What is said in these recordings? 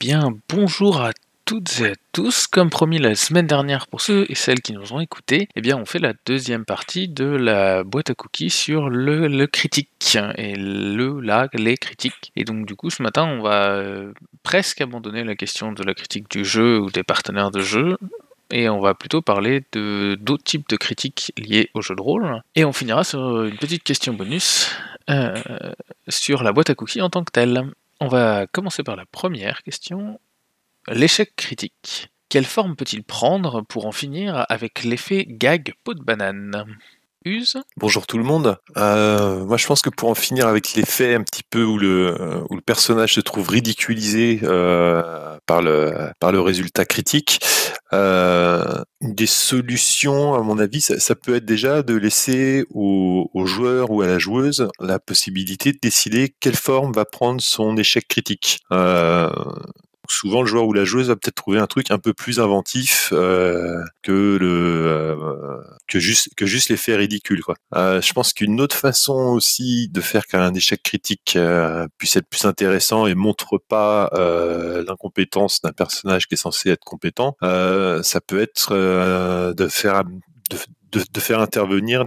bien, bonjour à toutes et à tous. Comme promis la semaine dernière, pour ceux et celles qui nous ont écoutés, on fait la deuxième partie de la boîte à cookies sur le critique et les critiques. Et donc du coup, ce matin, on va presque abandonner la question de la critique du jeu ou des partenaires de jeu. Et on va plutôt parler de d'autres types de critiques liées au jeu de rôle. Et on finira sur une petite question bonus euh, sur la boîte à cookies en tant que telle. On va commencer par la première question. L'échec critique. Quelle forme peut-il prendre pour en finir avec l'effet gag peau de banane? Use? Bonjour tout le monde. Moi, je pense que pour en finir avec l'effet un petit peu où le personnage se trouve ridiculisé par le résultat critique, une des solutions, à mon avis, ça peut être déjà de laisser au joueur ou à la joueuse la possibilité de décider quelle forme va prendre son échec critique. Souvent, le joueur ou la joueuse va peut-être trouver un truc un peu plus inventif que juste l'effet ridicule, quoi. Je pense qu'une autre façon aussi de faire qu'un échec critique puisse être plus intéressant et montre pas l'incompétence d'un personnage qui est censé être compétent, ça peut être de faire intervenir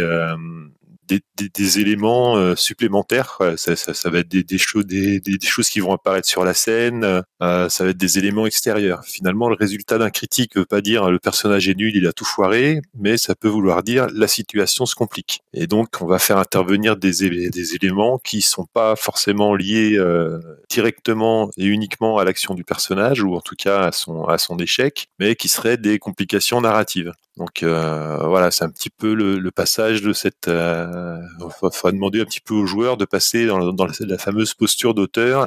des éléments supplémentaires. Ça va être des choses qui vont apparaître sur la scène. Ça va être des éléments extérieurs. Finalement, le résultat d'un critique veut pas dire le personnage est nul, il a tout foiré, mais ça peut vouloir dire la situation se complique. Et donc, on va faire intervenir des éléments qui sont pas forcément liés directement et uniquement à l'action du personnage, ou en tout cas à son échec, mais qui seraient des complications narratives. Donc voilà, c'est un petit peu le passage de cette. Faudra demander un petit peu aux joueurs de passer dans la fameuse posture d'auteur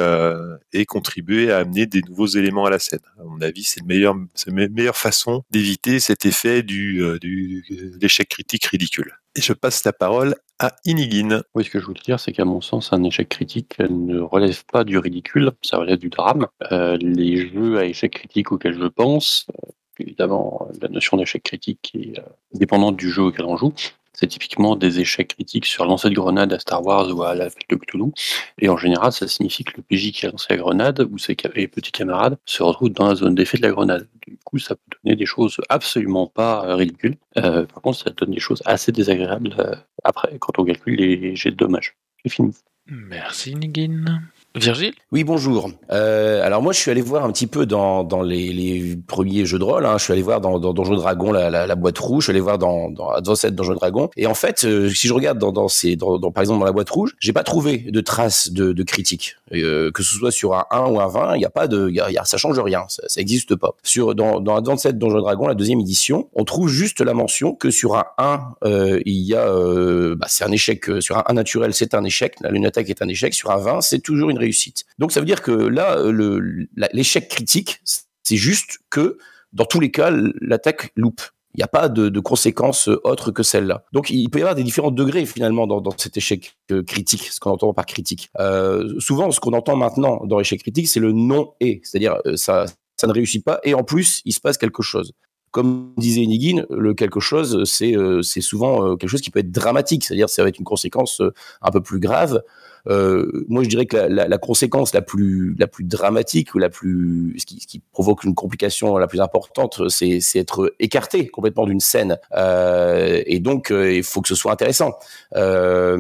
et contribuer à amener des nouveaux éléments à la scène. À mon avis, c'est la meilleure façon d'éviter cet effet du l'échec critique ridicule. Et je passe la parole à Inigine. Oui, ce que je voulais dire, c'est qu'à mon sens, un échec critique ne relève pas du ridicule, ça relève du drame. Les jeux à échec critique auxquels je pense, évidemment, la notion d'échec critique est dépendante du jeu auquel on joue. C'est typiquement des échecs critiques sur lancer de grenade à Star Wars ou à l'appel de Cthulhu. Et en général, ça signifie que le PJ qui a lancé la grenade ou ses petits camarades se retrouvent dans la zone d'effet de la grenade. Du coup, ça peut donner des choses absolument pas ridicules. Par contre, ça donne des choses assez désagréables après, quand on calcule les jets de dommages. C'est fini. Merci Nigin. Virgile? Oui, bonjour. Alors moi, je suis allé voir un petit peu dans les premiers jeux de rôle. Je suis allé voir dans Donjons et Dragons la boîte rouge. Je suis allé voir dans Advanced Donjons et Dragons. Et en fait, si je regarde par exemple dans la boîte rouge, j'ai pas trouvé de traces de critiques. Que ce soit sur un 1 ou un 20, il y a pas de, ça change rien. Ça existe pas. Dans Advanced Donjons et Dragons, la deuxième édition, on trouve juste la mention que sur un 1, il y a, c'est un échec. Sur un 1 naturel, c'est un échec. Une attaque est un échec. Sur un 20, c'est toujours une réussite. Donc ça veut dire que là, l'échec critique, c'est juste que dans tous les cas, l'attaque loupe. Il n'y a pas de conséquences autres que celle-là. Donc il peut y avoir des différents degrés finalement dans cet échec critique, ce qu'on entend par critique. Souvent, ce qu'on entend maintenant dans l'échec critique, c'est le non-et, c'est-à-dire ça ne réussit pas et en plus, il se passe quelque chose. Comme disait Nigin, le quelque chose, c'est souvent quelque chose qui peut être dramatique, c'est-à-dire ça va être une conséquence un peu plus grave. Moi, je dirais que la conséquence la plus dramatique ou ce qui provoque une complication la plus importante, c'est être écarté complètement d'une scène. Et donc, il faut que ce soit intéressant. Là,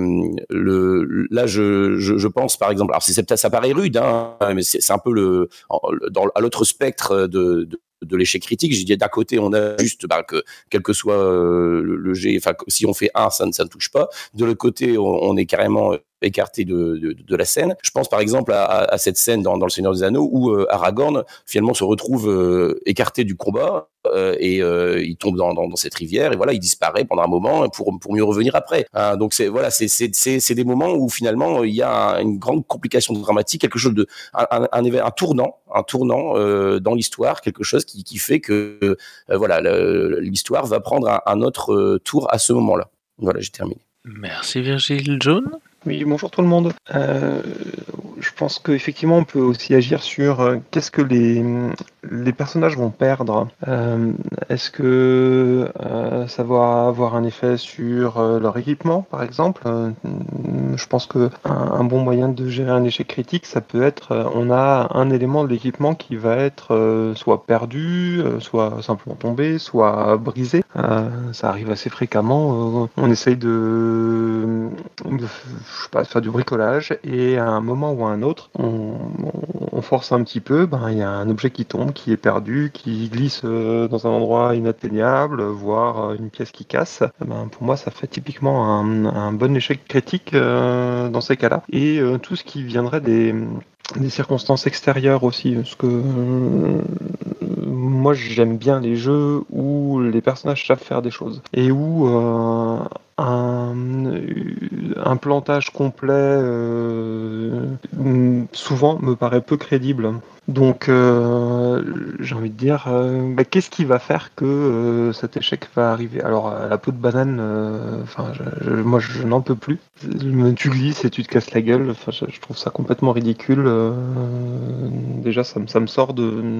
je pense, par exemple, alors ça paraît rude, mais c'est un peu à l'autre spectre de l'échec critique. J'ai dit d'un côté, on a juste que quel que soit le jet, enfin si on fait 1, ça ne touche pas. De l'autre côté, on est carrément écarté de la scène. Je pense par exemple à cette scène dans Le Seigneur des Anneaux où Aragorn finalement se retrouve écarté du combat et il tombe dans cette rivière et voilà, il disparaît pendant un moment pour mieux revenir après. Donc c'est des moments où finalement il y a une grande complication dramatique, quelque chose un tournant dans l'histoire, quelque chose qui fait que l'histoire va prendre un autre tour à ce moment-là. Voilà, j'ai terminé. Merci Virgile. John? Oui, bonjour tout le monde. Je pense qu'effectivement, on peut aussi agir sur qu'est-ce que les personnages vont perdre. Est-ce que ça va avoir un effet sur leur équipement, par exemple? je pense que un bon moyen de gérer un échec critique, ça peut être, on a un élément de l'équipement qui va être soit perdu, soit simplement tombé, soit brisé. Ça arrive assez fréquemment. On essaye je sais pas, faire du bricolage et à un moment ou à un autre, on force un petit peu, il y a un objet qui tombe, qui est perdu, qui glisse dans un endroit inatteignable, voire une pièce qui casse. Pour moi, ça ferait typiquement un bon échec critique dans ces cas-là. Et tout ce qui viendrait des circonstances extérieures aussi, parce que moi j'aime bien les jeux où les personnages savent faire des choses et où un plantage complet souvent me paraît peu crédible. Donc j'ai envie de dire, qu'est-ce qui va faire que cet échec va arriver? Alors la peau de banane, moi je n'en peux plus. Tu glisses et tu te casses la gueule. Enfin, je trouve ça complètement ridicule. Déjà, ça me sort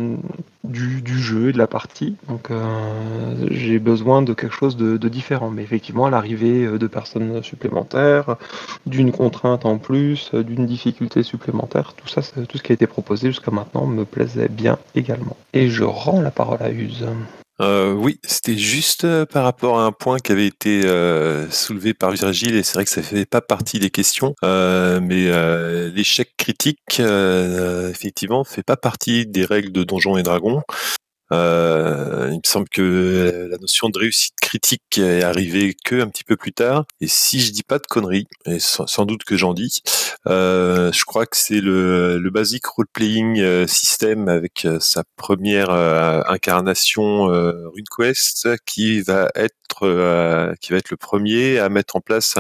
du jeu et de la partie. Donc j'ai besoin de quelque chose de différent. Mais effectivement, l'arrivée de personnes supplémentaires, d'une contrainte en plus, d'une difficulté supplémentaire, tout ça, tout ce qui a été proposé jusqu'à maintenant me plaisait bien également. Et je rends la parole à Use. Oui, c'était juste par rapport à un point qui avait été soulevé par Virgile, et c'est vrai que ça fait pas partie des questions, mais l'échec critique, effectivement, fait pas partie des règles de Donjons et Dragons. Il me semble que la notion de réussite critique est arrivée que un petit peu plus tard. Et si je dis pas de conneries, et sans doute que j'en dis, je crois que c'est le basic role-playing system avec sa première incarnation RuneQuest qui va être le premier à mettre en place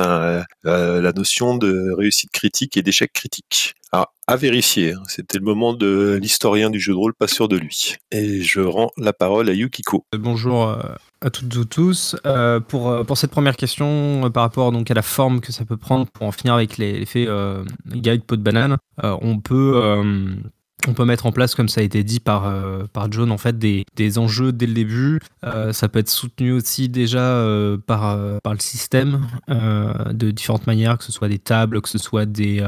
la notion de réussite critique et d'échec critique. Alors, à vérifier, c'était le moment de l'historien du jeu de rôle, pas sûr de lui. Et je rends la parole à Yukiko. Bonjour à toutes et tous. Pour cette première question, par rapport donc à la forme que ça peut prendre, pour en finir avec l'effet guide peau de banane, on peut mettre en place, comme ça a été dit par John, en fait, des enjeux dès le début. Ça peut être soutenu aussi déjà par le système de différentes manières, que ce soit des tables, que ce soit des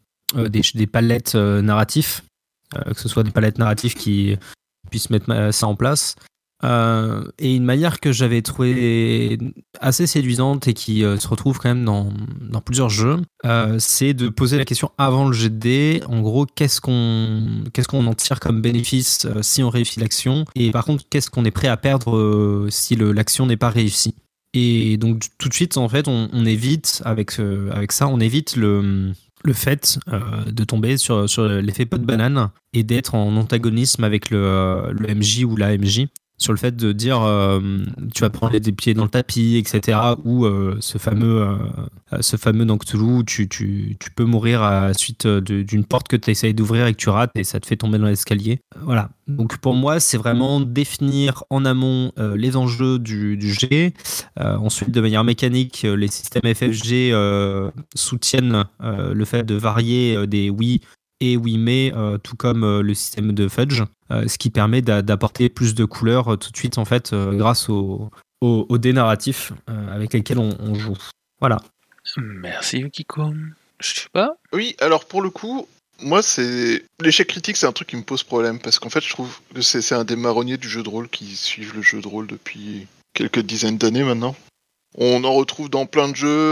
palettes narratifs, que ce soit des palettes narratives qui puissent mettre ça en place. Et une manière que j'avais trouvée assez séduisante et qui se retrouve quand même dans plusieurs jeux, c'est de poser la question avant le jet de dés. En gros, qu'est-ce qu'on en tire comme bénéfice si on réussit l'action, et par contre, qu'est-ce qu'on est prêt à perdre si l'action n'est pas réussie. Et donc tout de suite, en fait, on évite avec ça, on évite le fait de tomber sur l'effet peau de banane et d'être en antagonisme avec le MJ ou la MJ, sur le fait de dire tu vas prendre des pieds dans le tapis, etc. Ou ce fameux dans Cthulhu, tu peux mourir à la suite d'une porte que tu essayes d'ouvrir et que tu rates et ça te fait tomber dans l'escalier. Voilà. Donc pour moi, c'est vraiment définir en amont les enjeux du jet. Ensuite, de manière mécanique, les systèmes FFG soutiennent le fait de varier des oui et oui mais, tout comme le système de Fudge, ce qui permet d'apporter plus de couleurs tout de suite, en fait, grâce aux dés narratifs avec lesquels on joue. Voilà. Merci Yukiko. Je sais pas. Oui, alors pour le coup, moi, l'échec critique, c'est un truc qui me pose problème, parce qu'en fait, je trouve que c'est un des marronniers du jeu de rôle qui suivent le jeu de rôle depuis quelques dizaines d'années maintenant. On en retrouve dans plein de jeux,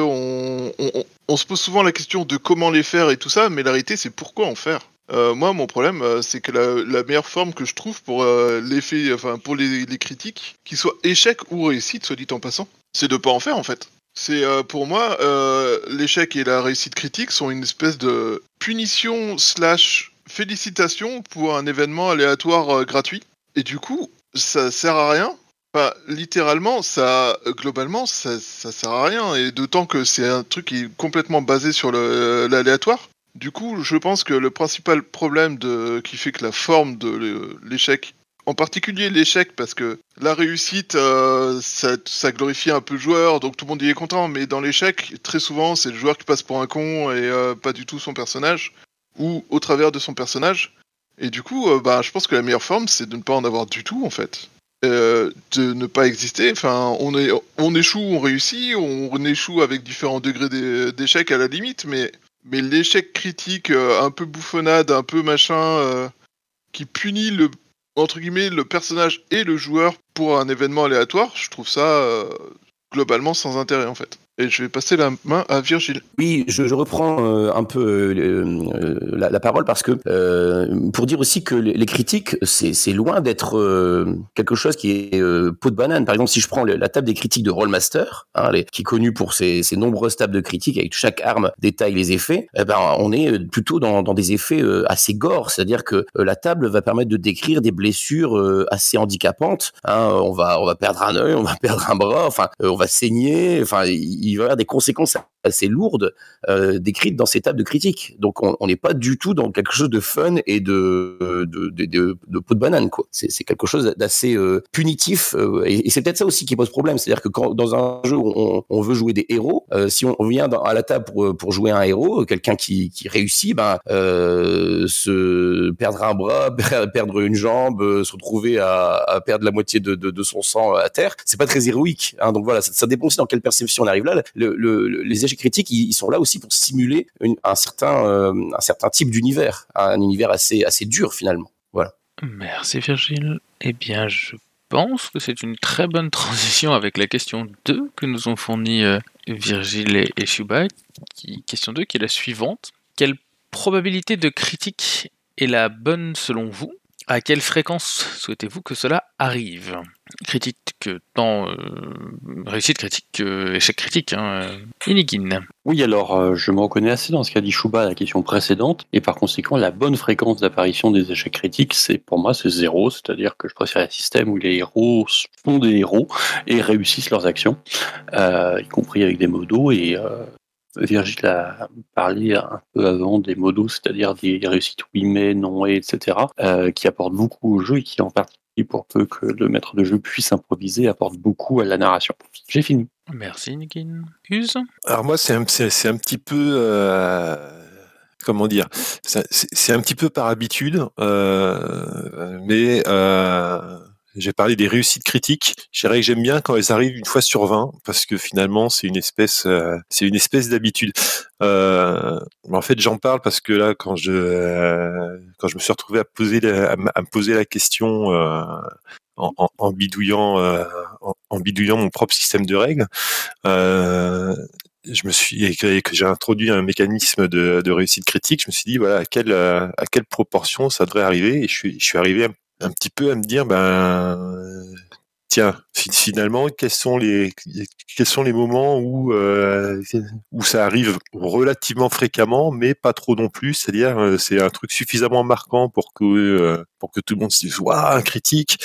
on se pose souvent la question de comment les faire et tout ça, mais la réalité, c'est pourquoi en faire. Moi, mon problème, c'est que la meilleure forme que je trouve pour pour les critiques, qu'ils soient échec ou réussite, soit dit en passant, c'est de pas en faire en fait. C'est pour moi, l'échec et la réussite critique sont une espèce de punition / félicitation pour un événement aléatoire gratuit. Et du coup, ça sert à rien. Enfin, littéralement, globalement, ça sert à rien. Et d'autant que c'est un truc qui est complètement basé sur l'aléatoire. Du coup, je pense que le principal problème qui fait que la forme de l'échec, en particulier l'échec, parce que la réussite, ça glorifie un peu le joueur, donc tout le monde y est content, mais dans l'échec, très souvent, c'est le joueur qui passe pour un con et pas du tout son personnage, ou au travers de son personnage. Et du coup, je pense que la meilleure forme, c'est de ne pas en avoir du tout, en fait. de ne pas exister. Enfin, on échoue, on réussit, on échoue avec différents degrés d'échec à la limite, mais l'échec critique un peu bouffonnade, un peu machin, qui punit entre guillemets le personnage et le joueur pour un événement aléatoire, je trouve ça globalement sans intérêt en fait. Et je vais passer la main à Virgile. Oui, je reprends un peu la parole parce que pour dire aussi que les critiques, c'est loin d'être quelque chose qui est peau de banane. Par exemple, si je prends la table des critiques de Rollmaster, qui est connue pour ses nombreuses tables de critiques avec chaque arme détaille les effets, on est plutôt dans des effets assez gore, c'est-à-dire que la table va permettre de décrire des blessures assez handicapantes. On va perdre un œil, on va perdre un bras, enfin, on va saigner, enfin. Il va y avoir des conséquences assez lourdes décrites dans ces tables de critique. Donc on n'est pas du tout dans quelque chose de fun et de peau de banane, quoi. C'est quelque chose d'assez punitif et c'est peut-être ça aussi qui pose problème. C'est-à-dire que quand dans un jeu où on veut jouer des héros, si on vient à la table pour jouer un héros, quelqu'un qui réussit, se perdre un bras, perdre une jambe, se retrouver à perdre la moitié de son sang à terre, c'est pas très héroïque. Donc voilà, ça dépend aussi dans quelle perception on arrive là. Les échecs critiques, ils sont là aussi pour simuler un certain type d'univers, un univers assez dur finalement. Voilà. Merci Virgile. Eh bien, je pense que c'est une très bonne transition avec la question 2 que nous ont fourni Virgile et Shuba. Question 2 qui est la suivante. Quelle probabilité de critique est la bonne selon vous ? À quelle fréquence souhaitez-vous que cela arrive ? Critique tant réussite critique que échec critique, Inigine. Oui, alors je me reconnais assez dans ce qu'a dit Shuba à la question précédente, et par conséquent, la bonne fréquence d'apparition des échecs critiques, pour moi, c'est 0, c'est-à-dire que je préfère un système où les héros sont des héros et réussissent leurs actions, y compris avec des modos, et Virgile a parlé un peu avant des modos, c'est-à-dire des réussites oui mais, non et, etc., qui apportent beaucoup au jeu et qui en particulier, pour peu que le maître de jeu puisse improviser, apporte beaucoup à la narration. J'ai fini. Merci Nigin. Use. Alors moi, c'est un petit peu... comment dire, c'est un petit peu par habitude, mais j'ai parlé des réussites critiques. Je dirais que j'aime bien quand elles arrivent une fois sur 20, parce que finalement c'est une espèce d'habitude. En fait, j'en parle parce que là, quand je me suis retrouvé à me poser la question en bidouillant mon propre système de règles. Et que j'ai introduit un mécanisme de réussite critique, je me suis dit voilà à quelle proportion ça devrait arriver, et je suis arrivé un petit peu à me dire tiens, finalement quels sont les moments où ça arrive relativement fréquemment mais pas trop non plus, c'est-à-dire c'est un truc suffisamment marquant pour que tout le monde se dise waouh, un critique,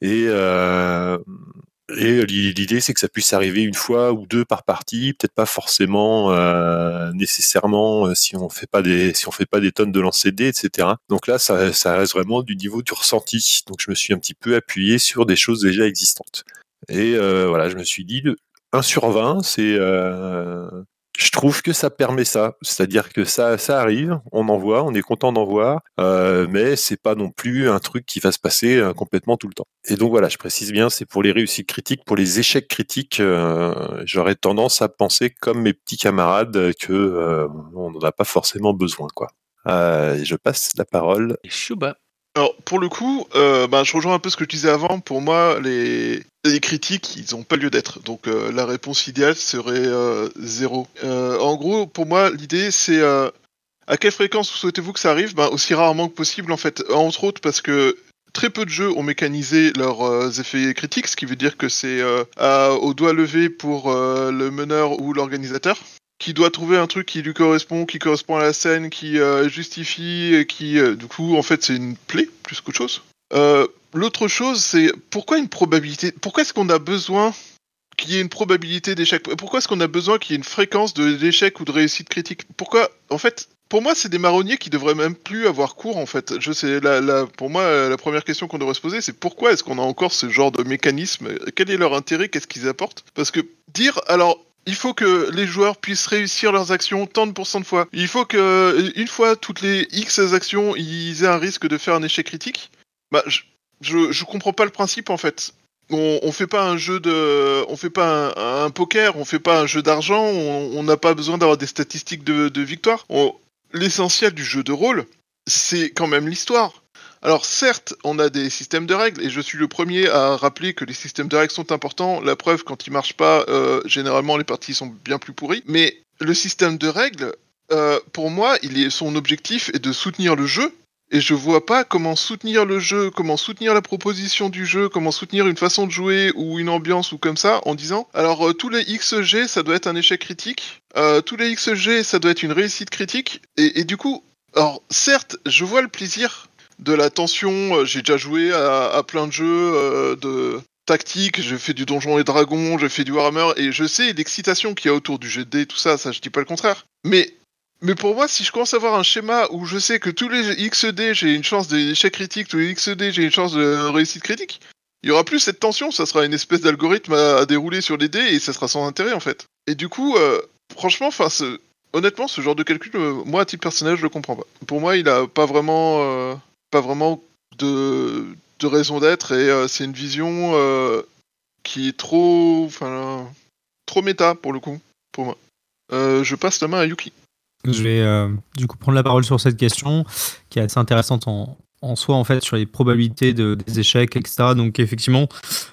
et l'idée, c'est que ça puisse arriver une fois ou deux par partie, peut-être pas forcément nécessairement si on fait pas des tonnes de lancers de dés, etc. Donc là, ça reste vraiment du niveau du ressenti. Donc je me suis un petit peu appuyé sur des choses déjà existantes. Et voilà, je me suis dit 1 sur 20, je trouve que ça permet ça, c'est-à-dire que ça arrive, on en voit, on est content d'en voir, mais c'est pas non plus un truc qui va se passer complètement tout le temps. Et donc voilà, je précise bien, c'est pour les réussites critiques. Pour les échecs critiques, j'aurais tendance à penser comme mes petits camarades que on n'en a pas forcément besoin, quoi. Je passe la parole. Et Shuba. Alors, pour le coup, je rejoins un peu ce que je disais avant. Pour moi, les critiques, ils n'ont pas lieu d'être. Donc, la réponse idéale serait 0. En gros, pour moi, l'idée, c'est à quelle fréquence souhaitez-vous que ça arrive ? Aussi rarement que possible, en fait. Entre autres, parce que très peu de jeux ont mécanisé leurs effets critiques, ce qui veut dire que c'est au doigt levé pour le meneur ou l'organisateur, qui doit trouver un truc qui lui correspond à la scène, qui justifie, et qui, du coup, en fait, c'est une plaie, plus qu'autre chose. L'autre chose, c'est pourquoi une probabilité ? Pourquoi est-ce qu'on a besoin qu'il y ait une probabilité d'échec ? Pourquoi est-ce qu'on a besoin qu'il y ait une fréquence d'échec ou de réussite critique ? Pourquoi ? En fait, pour moi, c'est des marronniers qui devraient même plus avoir cours, en fait. Pour moi, la première question qu'on devrait se poser, c'est pourquoi est-ce qu'on a encore ce genre de mécanisme ? Quel est leur intérêt ? Qu'est-ce qu'ils apportent ? Parce que dire, alors... Il faut que les joueurs puissent réussir leurs actions tant de pourcents de fois. Il faut que, une fois toutes les X actions, ils aient un risque de faire un échec critique. Je comprends pas le principe, en fait. On fait pas un jeu on fait pas un poker, on fait pas un jeu d'argent, on n'a pas besoin d'avoir des statistiques de victoire. L'essentiel du jeu de rôle, c'est quand même l'histoire. Alors certes, on a des systèmes de règles, et je suis le premier à rappeler que les systèmes de règles sont importants. La preuve, quand ils marchent pas, généralement les parties sont bien plus pourries. Mais le système de règles, pour moi, son objectif est de soutenir le jeu. Et je vois pas comment soutenir le jeu, comment soutenir la proposition du jeu, comment soutenir une façon de jouer ou une ambiance ou comme ça en disant alors tous les XG ça doit être un échec critique, tous les XG ça doit être une réussite critique et du coup, alors certes je vois le plaisir de la tension, j'ai déjà joué à plein de jeux de tactique, j'ai fait du Donjons et Dragons, j'ai fait du Warhammer et je sais l'excitation qu'il y a autour du jet de dés, tout ça je dis pas le contraire. Mais pour moi, si je commence à avoir un schéma où je sais que tous les XD, j'ai une chance d'échec critique, tous les XD, j'ai une chance de réussite critique, il y aura plus cette tension, ça sera une espèce d'algorithme à dérouler sur les dés et ça sera sans intérêt en fait. Et du coup, franchement, honnêtement, ce genre de calcul, moi à titre personnel, je le comprends pas. Pour moi, il a pas vraiment de raison d'être et c'est une vision qui est trop méta pour le coup, pour moi. Je passe la main à Yuki. Je vais du coup prendre la parole sur cette question qui est assez intéressante en soi en fait sur les probabilités des échecs, etc. Donc effectivement,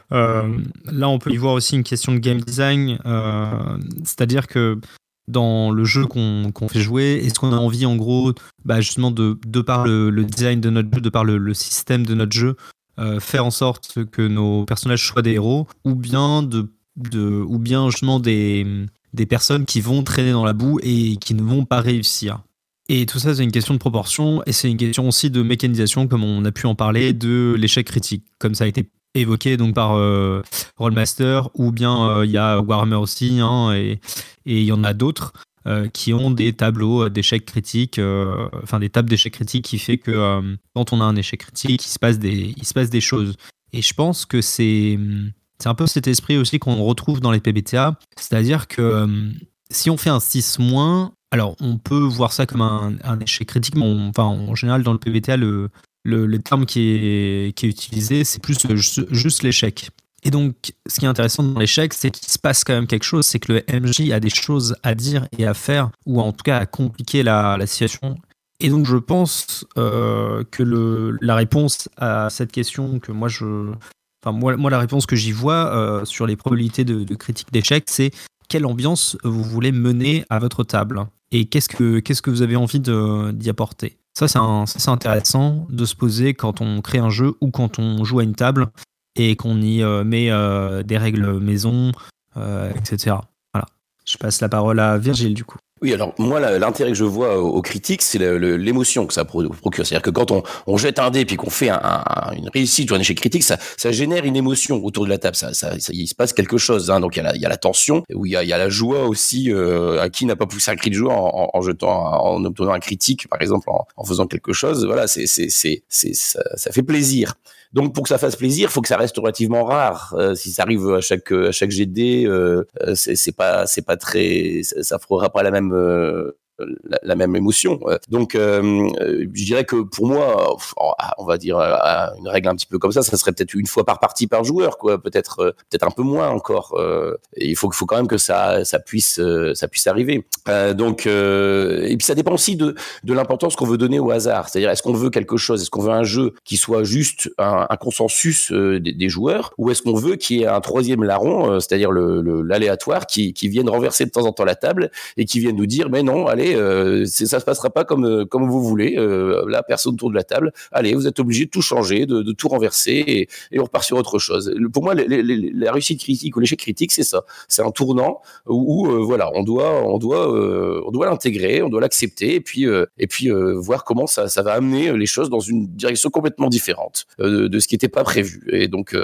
là on peut y voir aussi une question de game design, c'est-à-dire que dans le jeu qu'on fait jouer, est-ce qu'on a envie en gros, justement de par le design de notre jeu, de par le système de notre jeu, faire en sorte que nos personnages soient des héros, ou bien ou bien justement des personnes qui vont traîner dans la boue et qui ne vont pas réussir. Et tout ça, c'est une question de proportion et c'est une question aussi de mécanisation, comme on a pu en parler, de l'échec critique, comme ça a été évoqué donc par Rollmaster, ou bien il y a Warhammer aussi, et il y en a d'autres qui ont des tableaux d'échecs critiques, des tables d'échecs critiques qui fait que quand on a un échec critique, il se passe des choses. Et je pense que c'est un peu cet esprit aussi qu'on retrouve dans les PBTA, c'est-à-dire que si on fait un 6-, alors on peut voir ça comme un échec critique, mais en général dans le PBTA, le terme qui est utilisé, c'est plus juste l'échec. Et donc, ce qui est intéressant dans l'échec, c'est qu'il se passe quand même quelque chose, c'est que le MJ a des choses à dire et à faire, ou en tout cas à compliquer la situation. Et donc, je pense que la réponse à cette question que moi, la réponse que j'y vois sur les probabilités de critique d'échec, c'est quelle ambiance vous voulez mener à votre table et qu'est-ce que vous avez envie d'y apporter. Ça, c'est intéressant de se poser quand on crée un jeu ou quand on joue à une table et qu'on y met des règles maison, etc. Voilà. Je passe la parole à Virgile, du coup. Oui, alors moi, l'intérêt que je vois aux critiques, c'est l'émotion que ça procure. C'est-à-dire que quand on jette un dé puis qu'on fait une réussite ou un échec critique, ça génère une émotion autour de la table. Ça, il se passe quelque chose. Donc il y a la tension, où il y a la joie aussi. À qui n'a pas poussé un cri de joie en obtenant un critique, par exemple, en faisant quelque chose. Voilà, ça fait plaisir. Donc pour que ça fasse plaisir, il faut que ça reste relativement rare. Si ça arrive à chaque jet de dé, c'est pas très, ça fera pas la même émotion. Donc je dirais que pour moi, on va dire une règle un petit peu comme ça serait peut-être une fois par partie par joueur, quoi. Peut-être un peu moins encore. Et il faut quand même que ça puisse arriver. Et puis ça dépend aussi de l'importance qu'on veut donner au hasard. C'est-à-dire, est-ce qu'on veut quelque chose, est-ce qu'on veut un jeu qui soit juste un consensus des joueurs, ou est-ce qu'on veut qu'il y ait un troisième larron, c'est-à-dire l'aléatoire qui vienne renverser de temps en temps la table et qui vienne nous dire mais non, allez, ça se passera pas comme vous voulez, là personne autour de la table, allez, vous êtes obligé de tout changer, de tout renverser et on repart sur autre chose. Pour moi, la réussite critique ou l'échec critique, c'est ça, c'est un tournant où voilà, on doit l'intégrer, on doit l'accepter et puis voir comment ça va amener les choses dans une direction complètement différente de ce qui n'était pas prévu. Et donc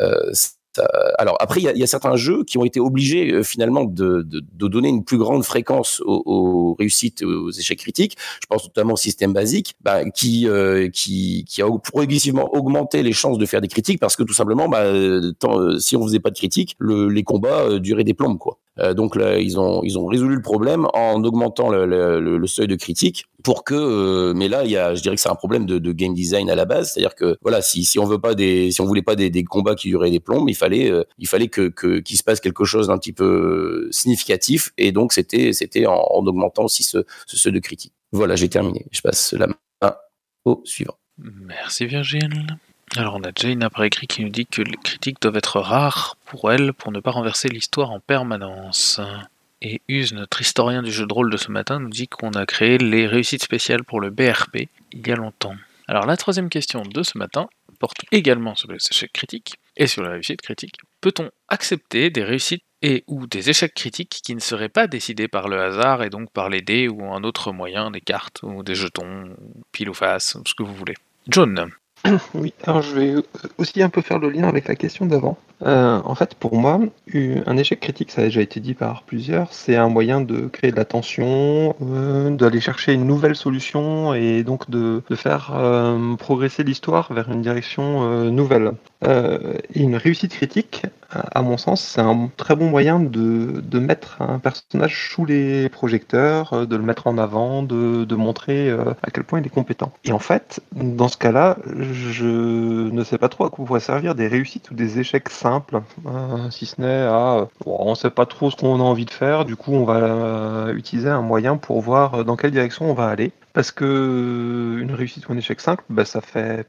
alors après, il y a certains jeux qui ont été obligés finalement de donner une plus grande fréquence aux réussites, aux échecs critiques. Je pense notamment au système basique, qui a progressivement augmenté les chances de faire des critiques parce que tout simplement, si on faisait pas de critiques, les combats duraient des plombes, quoi. Donc là, ils ont résolu le problème en augmentant le seuil de critique pour que. Mais là, je dirais que c'est un problème de game design à la base, c'est-à-dire que voilà, si on voulait pas des combats qui duraient des plombs, il fallait qu'il se passe quelque chose d'un petit peu significatif, et donc c'était en augmentant aussi ce seuil de critique. Voilà, j'ai terminé. Je passe la main au suivant. Merci Virgile. Alors on a Jane après écrit qui nous dit que les critiques doivent être rares pour elle pour ne pas renverser l'histoire en permanence. Et Use, notre historien du jeu de rôle de ce matin, nous dit qu'on a créé les réussites spéciales pour le BRP il y a longtemps. Alors la troisième question de ce matin porte également sur les échecs critiques et sur la réussite critique. Peut-on accepter des réussites et ou des échecs critiques qui ne seraient pas décidés par le hasard et donc par les dés ou un autre moyen, des cartes ou des jetons, pile ou face, ce que vous voulez. John. Oui, alors je vais aussi un peu faire le lien avec la question d'avant. En fait, pour moi, un échec critique, ça a déjà été dit par plusieurs, c'est un moyen de créer de la tension, d'aller chercher une nouvelle solution et donc de faire progresser l'histoire vers une direction nouvelle. Et une réussite critique, à mon sens, c'est un très bon moyen de mettre un personnage sous les projecteurs, de le mettre en avant, de montrer à quel point il est compétent. Et en fait, dans ce cas-là, je ne sais pas trop à quoi pourraient servir des réussites ou des échecs simples, si ce n'est on ne sait pas trop ce qu'on a envie de faire, du coup on va utiliser un moyen pour voir dans quelle direction on va aller. Parce que une réussite ou un échec simple, ça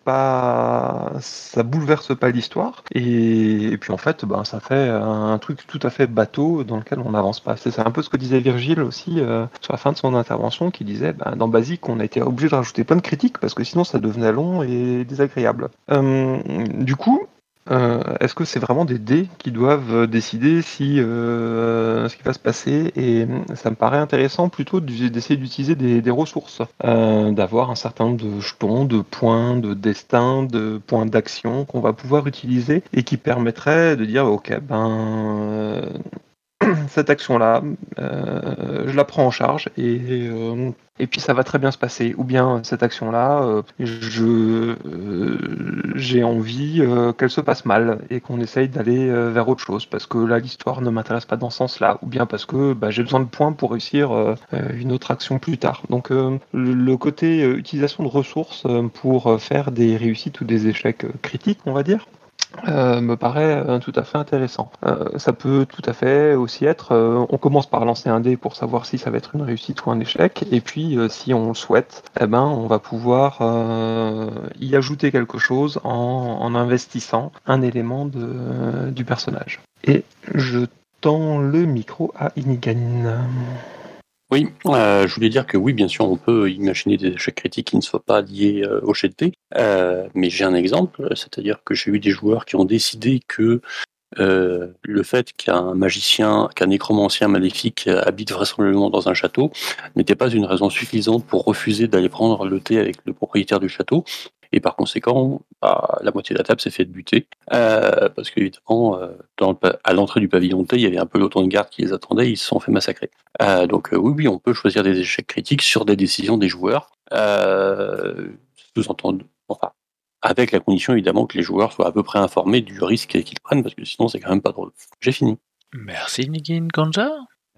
bouleverse pas l'histoire, et puis en fait, ça fait un truc tout à fait bateau dans lequel on n'avance pas. C'est un peu ce que disait Virgile aussi sur la fin de son intervention, qui disait, dans Basic, on a été obligé de rajouter plein de critiques parce que sinon ça devenait long et désagréable. Du coup, est-ce que c'est vraiment des dés qui doivent décider ce qui va se passer? Et ça me paraît intéressant plutôt d'essayer d'utiliser des ressources, d'avoir un certain nombre de jetons, de points de destin, de points d'action qu'on va pouvoir utiliser et qui permettraient de dire ok, cette action-là, je la prends en charge et puis ça va très bien se passer. Ou bien cette action-là, j'ai envie qu'elle se passe mal et qu'on essaye d'aller vers autre chose parce que là l'histoire ne m'intéresse pas dans ce sens-là. Ou bien parce que j'ai besoin de points pour réussir une autre action plus tard. Donc le côté utilisation de ressources pour faire des réussites ou des échecs critiques, on va dire, me paraît tout à fait intéressant. Ça peut tout à fait aussi être, on commence par lancer un dé pour savoir si ça va être une réussite ou un échec, et puis si on le souhaite, on va pouvoir y ajouter quelque chose en investissant un élément du personnage. Et je tends le micro à Inigan. Oui, je voulais dire que oui, bien sûr, on peut imaginer des échecs critiques qui ne soient pas liés au jet de dés, mais j'ai un exemple, c'est-à-dire que j'ai eu des joueurs qui ont décidé que le fait qu'un magicien, qu'un nécromancien maléfique habite vraisemblablement dans un château n'était pas une raison suffisante pour refuser d'aller prendre le thé avec le propriétaire du château. Et par conséquent, la moitié de la table s'est fait buter, parce qu'évidemment, à l'entrée du pavillon de thé, il y avait un peloton de garde qui les attendait, ils se sont fait massacrer. Donc oui, on peut choisir des échecs critiques sur des décisions des joueurs, sous-entendu, enfin, avec la condition évidemment que les joueurs soient à peu près informés du risque qu'ils prennent, parce que sinon c'est quand même pas drôle. J'ai fini. Merci Nigin Ganja.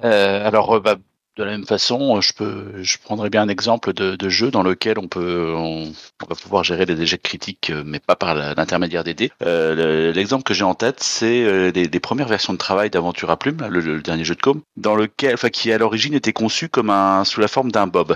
De la même façon, je prendrais bien un exemple de jeu dans lequel on va pouvoir gérer des échecs critiques, mais pas par l'intermédiaire des dés. L'exemple que j'ai en tête, c'est les premières versions de travail d'Aventure à Plume, le dernier jeu de com, qui à l'origine était conçu comme sous la forme d'un bob.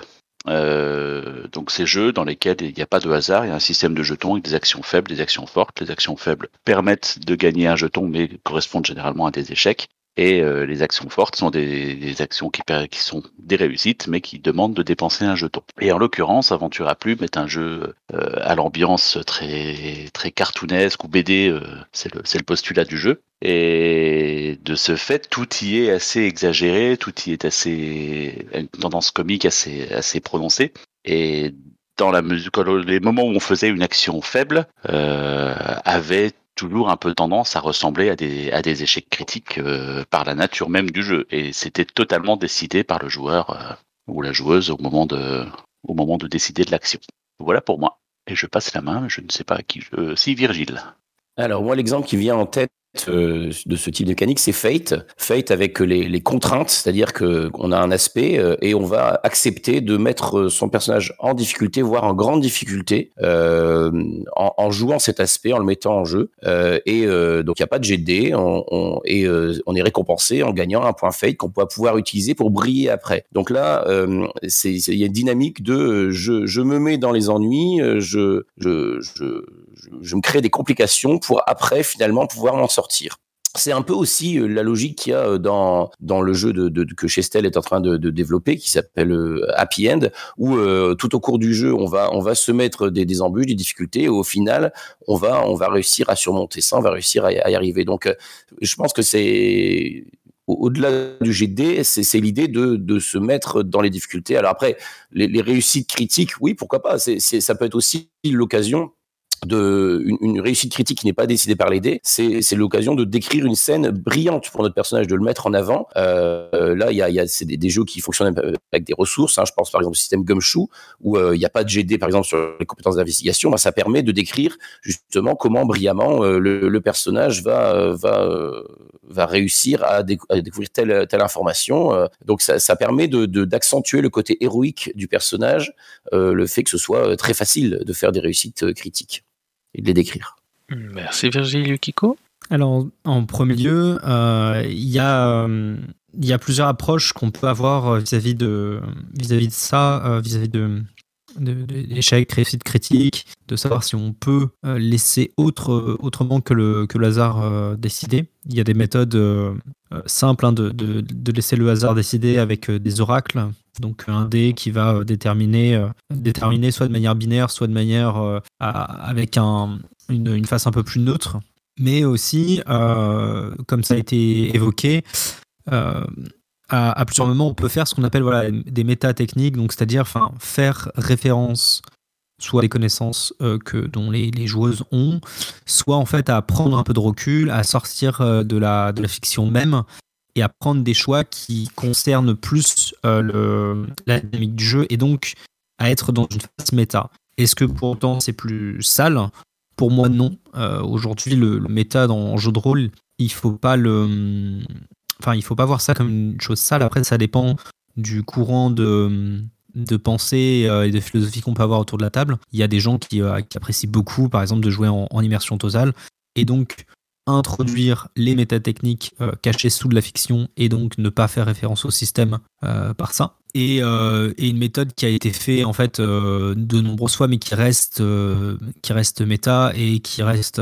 Donc ces jeux dans lesquels il n'y a pas de hasard, il y a un système de jetons avec des actions faibles, des actions fortes. Les actions faibles permettent de gagner un jeton, mais correspondent généralement à des échecs. Et les actions fortes sont des actions qui sont des réussites, mais qui demandent de dépenser un jeton. Et en l'occurrence, Aventure à Plume est un jeu à l'ambiance très très cartoonesque ou BD, c'est le postulat du jeu. Et de ce fait, tout y est assez exagéré, tout y est une tendance comique assez prononcée. Et dans la mesure, les moments où on faisait une action faible, avaient toujours un peu tendance à ressembler à des échecs critiques par la nature même du jeu, et c'était totalement décidé par le joueur ou la joueuse au moment de décider de l'action. Voilà pour moi, et je passe la main, je ne sais pas à qui si Virgile. Alors moi l'exemple qui vient en tête, de ce type de mécanique, c'est Fate. Fate avec les contraintes, c'est-à-dire que on a un aspect et on va accepter de mettre son personnage en difficulté, voire en grande difficulté, en jouant cet aspect, en le mettant en jeu. Donc il n'y a pas de jet de dés, on est récompensé en gagnant un point Fate qu'on va pouvoir utiliser pour briller après. Donc là, il y a une dynamique de je me mets dans les ennuis, je me crée des complications pour après finalement pouvoir m'en sortir. C'est un peu aussi la logique qu'il y a dans le jeu que Chestel est en train de développer, qui s'appelle Happy End, où tout au cours du jeu, on va se mettre des embûches, des difficultés, et au final, on va réussir à surmonter ça, on va réussir à y arriver. Donc, je pense que c'est au-delà du GD, c'est l'idée de se mettre dans les difficultés. Alors après, les réussites critiques, oui, pourquoi pas. Ça peut être aussi l'occasion une réussite critique qui n'est pas décidée par les dés, c'est l'occasion de décrire une scène brillante pour notre personnage, de le mettre en avant. Là, il y a c'est des jeux qui fonctionnent avec des ressources. Je pense par exemple au système Gumshoe où il n'y a pas de GD par exemple sur les compétences d'investigation. Ça permet de décrire justement comment brillamment le personnage va réussir à découvrir telle information. Donc ça permet d'accentuer le côté héroïque du personnage, le fait que ce soit très facile de faire des réussites critiques et de les décrire. Merci Virgile Yukiko. Alors, en premier lieu, il y a plusieurs approches qu'on peut avoir vis-à-vis de ça, vis-à-vis de l'échec, réussite critique, de savoir si on peut laisser autrement que le hasard décider. Il y a des méthodes simples de laisser le hasard décider avec des oracles. Donc un dé qui va déterminer soit de manière binaire, soit de manière avec une face un peu plus neutre. Mais aussi, comme ça a été évoqué, à plusieurs moments, on peut faire ce qu'on appelle des métatechniques, donc c'est-à-dire faire référence soit à des connaissances dont les joueuses ont, soit en fait à prendre un peu de recul, à sortir de la fiction même et à prendre des choix qui concernent plus la dynamique du jeu et donc à être dans une phase méta. Est-ce que pour autant c'est plus sale ? Pour moi, non. Aujourd'hui, le méta en jeu de rôle, il faut pas voir ça comme une chose sale. Après, ça dépend du courant de pensée et de philosophie qu'on peut avoir autour de la table. Il y a des gens qui apprécient beaucoup, par exemple, de jouer en immersion totale. Et donc, introduire les métatechniques cachées sous de la fiction et donc ne pas faire référence au système par ça. Et une méthode qui a été faite en fait de nombreuses fois mais qui reste méta et qui reste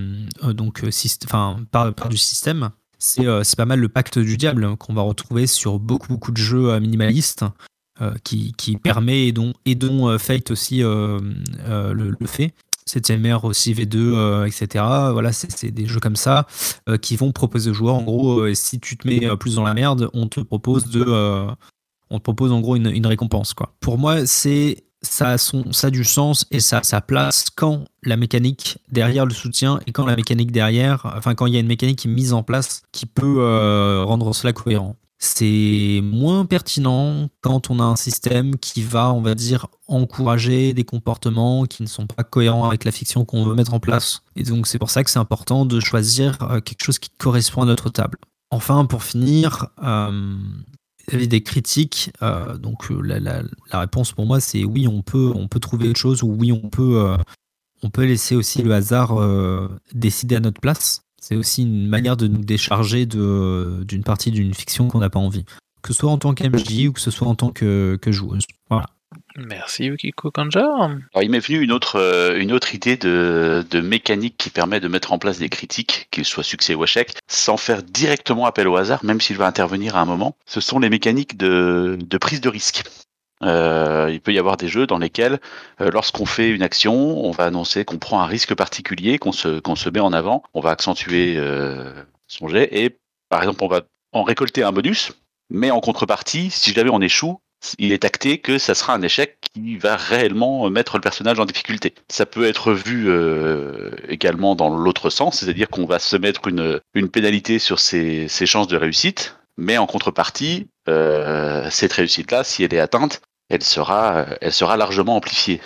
par du système, c'est pas mal le pacte du diable qu'on va retrouver sur beaucoup de jeux minimalistes qui permet et dont Fate aussi le fait. 7ème ère aussi, V2, etc. Voilà, c'est des jeux comme ça qui vont proposer aux joueurs, en gros, si tu te mets plus dans la merde, on te propose en gros une récompense, quoi. Pour moi, ça a du sens et ça a sa place quand la mécanique derrière le soutien et quand la mécanique derrière, quand il y a une mécanique qui est mise en place qui peut rendre cela cohérent. C'est moins pertinent quand on a un système qui va, on va dire, encourager des comportements qui ne sont pas cohérents avec la fiction qu'on veut mettre en place. Et donc c'est pour ça que c'est important de choisir quelque chose qui correspond à notre table. Enfin, pour finir, vis-à-vis des critiques, la réponse pour moi c'est oui, on peut trouver autre chose, ou oui, on peut laisser aussi le hasard décider à notre place. C'est aussi une manière de nous décharger d'une partie d'une fiction qu'on n'a pas envie. Que ce soit en tant qu'MJ ou que ce soit en tant que joueuse. Voilà. Merci Yukiko Kanja. Alors, il m'est venu une autre idée de mécanique qui permet de mettre en place des critiques, qu'ils soient succès ou échec, sans faire directement appel au hasard, même s'il va intervenir à un moment. Ce sont les mécaniques de prise de risque. Il peut y avoir des jeux dans lesquels, lorsqu'on fait une action, on va annoncer qu'on prend un risque particulier, qu'on se met en avant, on va accentuer son jet, et par exemple on va en récolter un bonus, mais en contrepartie, si jamais on échoue, il est acté que ça sera un échec qui va réellement mettre le personnage en difficulté. Ça peut être vu également dans l'autre sens, c'est-à-dire qu'on va se mettre une pénalité sur ses chances de réussite, mais en contrepartie, cette réussite-là, si elle est atteinte, elle sera largement amplifiée.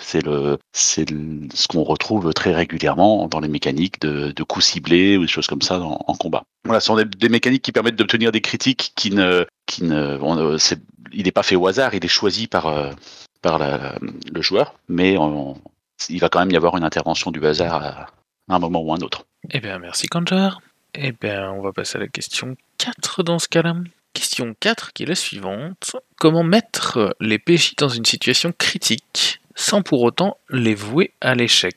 Ce qu'on retrouve très régulièrement dans les mécaniques de coups ciblés ou des choses comme ça en combat. Voilà, ce sont des mécaniques qui permettent d'obtenir des critiques il n'est pas fait au hasard, il est choisi par le joueur, mais il va quand même y avoir une intervention du hasard à un moment ou à un autre. Eh bien, merci Kanjar. Eh bien, on va passer à la question 4 dans ce cas-là. Question 4 qui est la suivante. Comment mettre les PJ dans une situation critique sans pour autant les vouer à l'échec?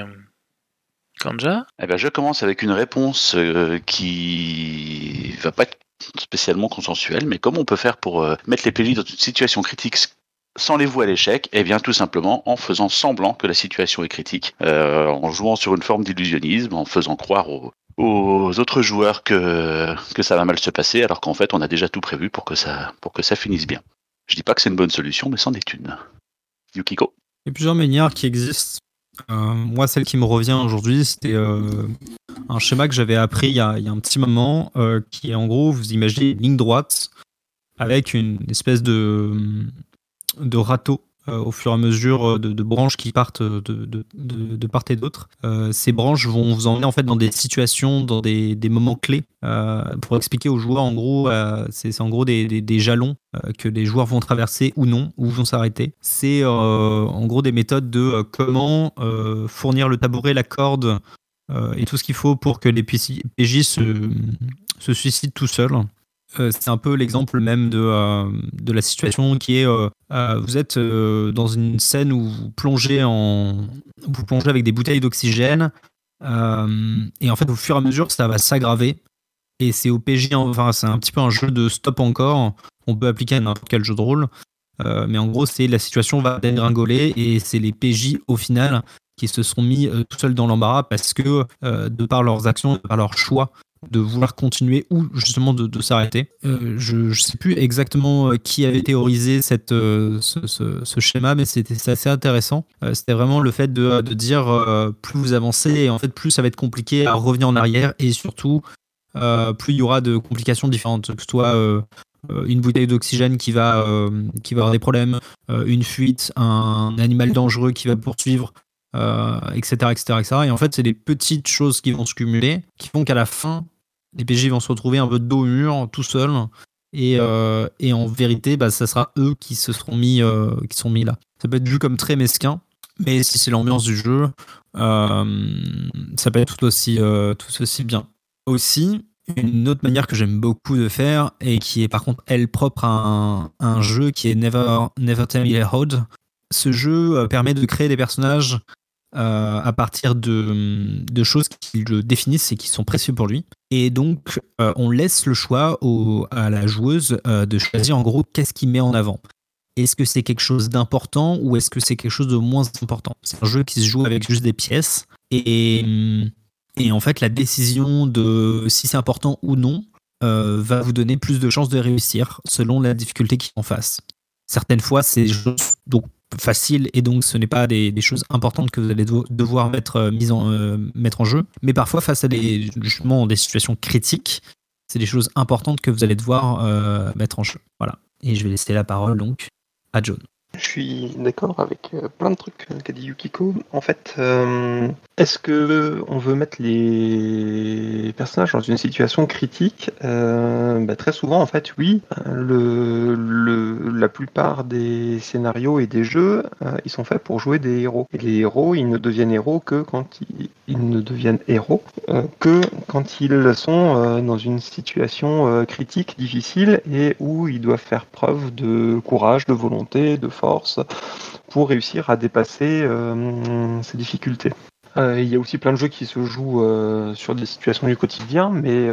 Kanjar? Eh bien, je commence avec une réponse qui va pas être spécialement consensuelle, mais comment on peut faire pour mettre les PJ dans une situation critique sans les vouer à l'échec? Eh bien, tout simplement en faisant semblant que la situation est critique, en jouant sur une forme d'illusionnisme, en faisant croire aux autres joueurs que ça va mal se passer, alors qu'en fait, on a déjà tout prévu pour que ça finisse bien. Je dis pas que c'est une bonne solution, mais c'en est une. Yukiko? Il y a plusieurs manières qui existent. Moi, celle qui me revient aujourd'hui, c'était un schéma que j'avais appris il y a un petit moment, qui est en gros, vous imaginez une ligne droite avec une espèce de râteau au fur et à mesure de branches qui partent de part et d'autre. Ces branches vont vous emmener en fait dans des situations, dans des moments clés. Pour expliquer aux joueurs, en gros, c'est en gros des jalons que les joueurs vont traverser ou non, ou vont s'arrêter. C'est en gros des méthodes de comment fournir le tabouret, la corde et tout ce qu'il faut pour que les PJ se suicident tout seuls. C'est un peu l'exemple même de la situation qui est vous êtes dans une scène où vous plongez avec des bouteilles d'oxygène et en fait au fur et à mesure ça va s'aggraver et c'est au PJ, enfin c'est un petit peu un jeu de stop encore, on peut appliquer à n'importe quel jeu de rôle, mais en gros c'est la situation va dégringoler et c'est les PJ au final qui se sont mis tout seuls dans l'embarras parce que de par leurs actions, de par leurs choix de vouloir continuer ou justement de s'arrêter. Je sais plus exactement qui avait théorisé ce schéma, mais c'est assez intéressant. C'était vraiment le fait de dire plus vous avancez et en fait plus ça va être compliqué à revenir en arrière et surtout plus il y aura de complications différentes, que ce soit une bouteille d'oxygène qui va avoir des problèmes, une fuite, un animal dangereux qui va poursuivre, etc., etc. Et en fait, c'est des petites choses qui vont se cumuler, qui font qu'à la fin, les PJ vont se retrouver un peu dos au mur, tout seuls, et en vérité, ça sera eux qui se seront mis, qui sont mis là. Ça peut être vu comme très mesquin, mais si c'est l'ambiance du jeu, ça peut être tout aussi bien. Aussi, une autre manière que j'aime beaucoup de faire, et qui est par contre, elle, propre à un jeu qui est Never Tell Me How. Ce jeu permet de créer des personnages à partir de choses qui le définissent et qui sont précieux pour lui. Et donc, on laisse le choix à la joueuse de choisir en gros qu'est-ce qu'il met en avant. Est-ce que c'est quelque chose d'important ou est-ce que c'est quelque chose de moins important? C'est un jeu qui se joue avec juste des pièces. Et en fait, la décision de si c'est important ou non va vous donner plus de chances de réussir selon la difficulté qui est en face. Certaines fois, c'est des choses donc faciles et donc ce n'est pas des choses importantes que vous allez devoir mettre en jeu. Mais parfois, face à justement des situations critiques, c'est des choses importantes que vous allez devoir mettre en jeu. Voilà. Et je vais laisser la parole donc à John. Je suis d'accord avec plein de trucs qu'a dit Yukiko. En fait, est-ce que on veut mettre les personnages dans une situation critique? Très souvent, en fait, oui. La plupart des scénarios et des jeux, ils sont faits pour jouer des héros. Et les héros, ils ne deviennent héros que quand ils ne deviennent héros que quand ils sont dans une situation critique, difficile, et où ils doivent faire preuve de courage, de volonté, de force pour réussir à dépasser ces difficultés. Il y a aussi plein de jeux qui se jouent sur des situations du quotidien, mais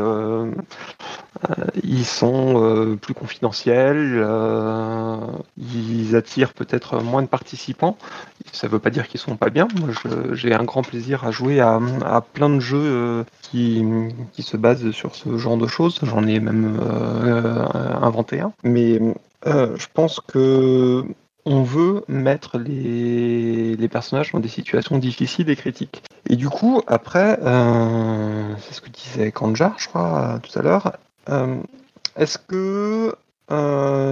ils sont plus confidentiels, ils attirent peut-être moins de participants. Ça ne veut pas dire qu'ils sont pas bien. Moi, j'ai un grand plaisir à jouer à plein de jeux qui se basent sur ce genre de choses. J'en ai même inventé un. Mais je pense que on veut mettre les personnages dans des situations difficiles et critiques. Et du coup, après, c'est ce que disait Kanjar, je crois, tout à l'heure, est-ce que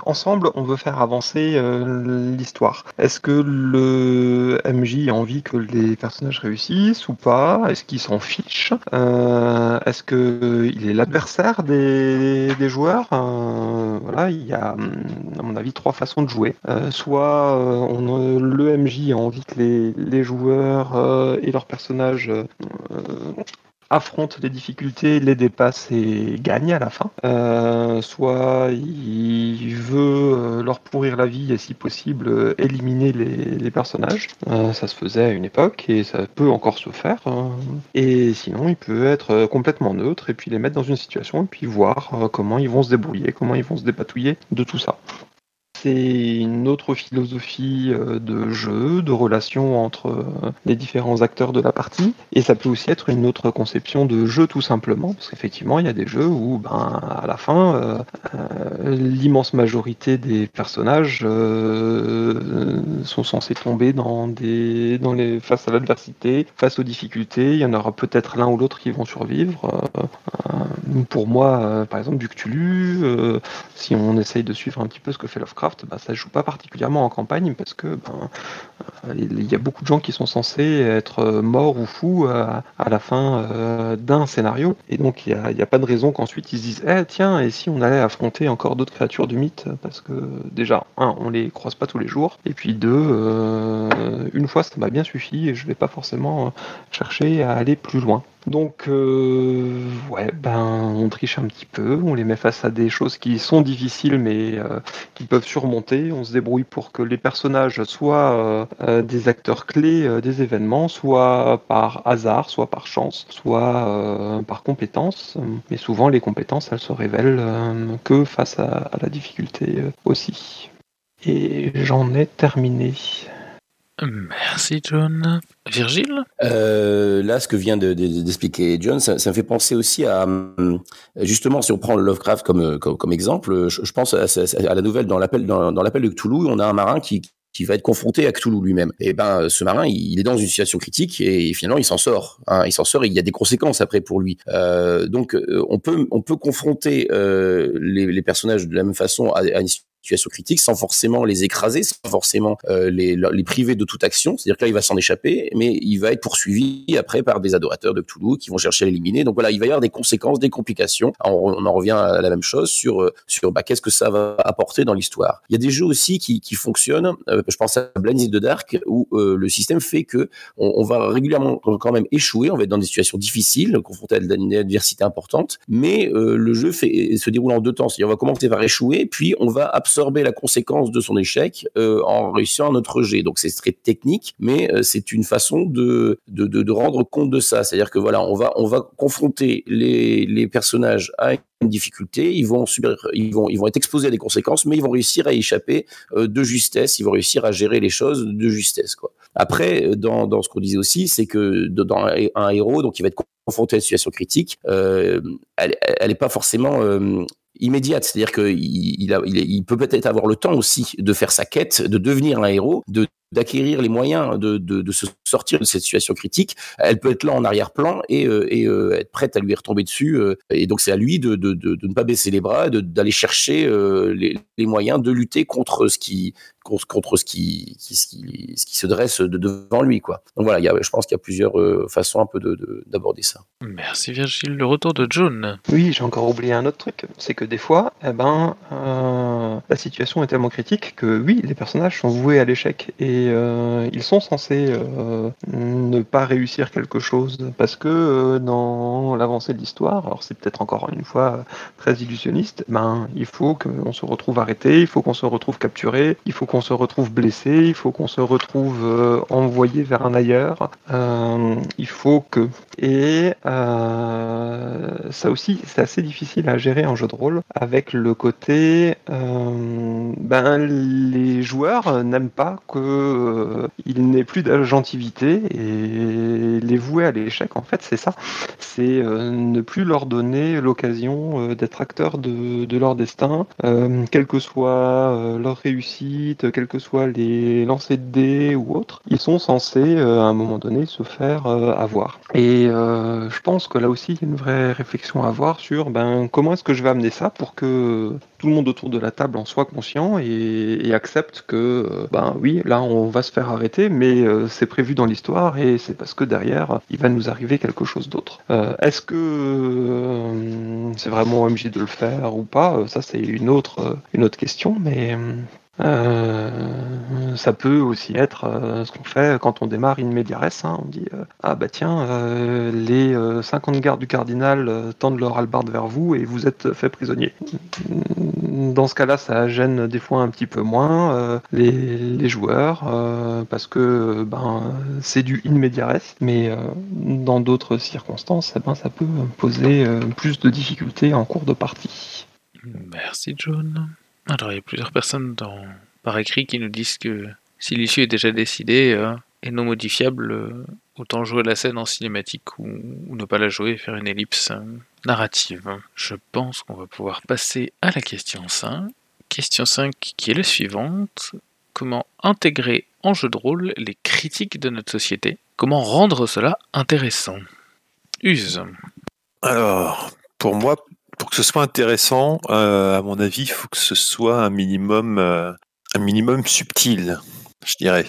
ensemble, on veut faire avancer l'histoire. Est-ce que le MJ a envie que les personnages réussissent ou pas? Est-ce qu'il s'en fiche? Est-ce qu'il est l'adversaire des joueurs? Voilà, il y a, à mon avis, 3 façons de jouer. Soit le MJ a envie que les joueurs et leurs personnages affronte les difficultés, les dépasse et gagne à la fin. Soit il veut leur pourrir la vie et si possible éliminer les personnages. Ça se faisait à une époque et ça peut encore se faire. Et sinon il peut être complètement neutre et puis les mettre dans une situation et puis voir comment ils vont se débrouiller, comment ils vont se dépatouiller de tout ça. C'est une autre philosophie de jeu, de relation entre les différents acteurs de la partie, et ça peut aussi être une autre conception de jeu tout simplement, parce qu'effectivement il y a des jeux où à la fin l'immense majorité des personnages sont censés tomber face à l'adversité, face aux difficultés. Il y en aura peut-être l'un ou l'autre qui vont survivre. Pour moi, par exemple, du Cthulhu, si on essaye de suivre un petit peu ce que fait Lovecraft, ça joue pas particulièrement en campagne parce que il y a beaucoup de gens qui sont censés être morts ou fous à la fin d'un scénario, et donc il y a pas de raison qu'ensuite ils se disent tiens, et si on allait affronter encore d'autres créatures du mythe, parce que déjà on les croise pas tous les jours, et puis deux, une fois ça m'a bien suffi et je vais pas forcément chercher à aller plus loin. Donc on triche un petit peu, on les met face à des choses qui sont difficiles mais qu'ils peuvent surmonter. On se débrouille pour que les personnages soient des acteurs clés des événements, soit par hasard, soit par chance, soit par compétence. Mais souvent les compétences elles se révèlent que face à la difficulté aussi. Et j'en ai terminé. Merci John. Virgile? Là, ce que vient d'expliquer John, ça me fait penser aussi à, justement, si on prend Lovecraft comme exemple, je pense à la nouvelle dans l'appel de Cthulhu, on a un marin qui va être confronté à Cthulhu lui-même. Et ce marin, il est dans une situation critique et finalement il s'en sort. Il s'en sort et il y a des conséquences après pour lui. Donc on peut confronter les personnages de la même façon à une situation critique sans forcément les écraser, sans forcément les priver de toute action. C'est-à-dire que là, il va s'en échapper, mais il va être poursuivi après par des adorateurs de Cthulhu qui vont chercher à l'éliminer. Donc voilà, il va y avoir des conséquences, des complications. On en revient à la même chose sur qu'est-ce que ça va apporter dans l'histoire. Il y a des jeux aussi qui fonctionnent. Je pense à Blades in the Dark où le système fait que on va régulièrement quand même échouer. On va être dans des situations difficiles, confronté à une adversité importante, mais le jeu se déroule en 2 temps. C'est-à-dire on va commencer par échouer, puis on va absorber la conséquence de son échec en réussissant un autre jet. Donc c'est très technique, mais c'est une façon de rendre compte de ça. C'est-à-dire que voilà, on va confronter les personnages à une difficulté, ils vont être exposés à des conséquences, mais ils vont réussir à y échapper de justesse, ils vont réussir à gérer les choses de justesse, quoi. Après, dans ce qu'on disait aussi, c'est que dans un héros, donc il va être confronté à une situation critique, elle est pas forcément immédiate, c'est-à-dire qu'il peut peut-être avoir le temps aussi de faire sa quête, de devenir un héros, d'acquérir les moyens de se sortir de cette situation critique. Elle peut être là en arrière-plan et être prête à lui retomber dessus. Et donc c'est à lui de ne pas baisser les bras, d'aller chercher les moyens de lutter contre ce qui se dresse devant lui, quoi. Donc voilà, je pense qu'il y a plusieurs façons un peu d'aborder ça. Merci Virgile. Le retour de John. Oui, j'ai encore oublié un autre truc, c'est que des fois, la situation est tellement critique que oui, les personnages sont voués à l'échec et ils sont censés ne pas réussir quelque chose parce que dans l'avancée de l'histoire, alors c'est peut-être encore une fois très illusionniste, il faut qu'on se retrouve arrêté, il faut qu'on se retrouve capturé, il faut qu'on se retrouve blessé, il faut qu'on se retrouve envoyé vers un ailleurs, il faut que... Et ça aussi, c'est assez difficile à gérer en jeu de rôle avec le côté les joueurs n'aiment pas qu'il n'ait plus d'agentivité, et les vouer à l'échec, en fait, c'est ça. C'est ne plus leur donner l'occasion d'être acteurs de leur destin, quelle que soit leur réussite, quels que soient les lancers de dés ou autres. Ils sont censés, à un moment donné, se faire avoir. Et je pense que là aussi, il y a une vraie réflexion à avoir sur comment est-ce que je vais amener ça pour que tout le monde autour de la table en soit conscient et accepte que, oui, là, on va se faire arrêter, mais c'est prévu dans l'histoire et c'est parce que derrière, il va nous arriver quelque chose d'autre. Est-ce que c'est vraiment OMG de le faire ou pas? Ça, c'est une autre question, mais ça peut aussi être ce qu'on fait quand on démarre in media res, hein. On dit les 50 gardes du cardinal tendent leur hallebarde vers vous et vous êtes fait prisonnier. Dans ce cas-là, ça gêne des fois un petit peu moins les joueurs parce que c'est du in media res, mais dans d'autres circonstances, ça peut poser plus de difficultés en cours de partie. Merci John. Alors il y a plusieurs personnes par écrit qui nous disent que si l'issue est déjà décidée et non modifiable, autant jouer la scène en cinématique ou ne pas la jouer et faire une ellipse narrative. Je pense qu'on va pouvoir passer à la question 5. Question 5 qui est la suivante. Comment intégrer en jeu de rôle les critiques de notre société? Comment rendre cela intéressant? Use. Alors, pour moi, pour que ce soit intéressant, à mon avis, il faut que ce soit un minimum subtil, je dirais.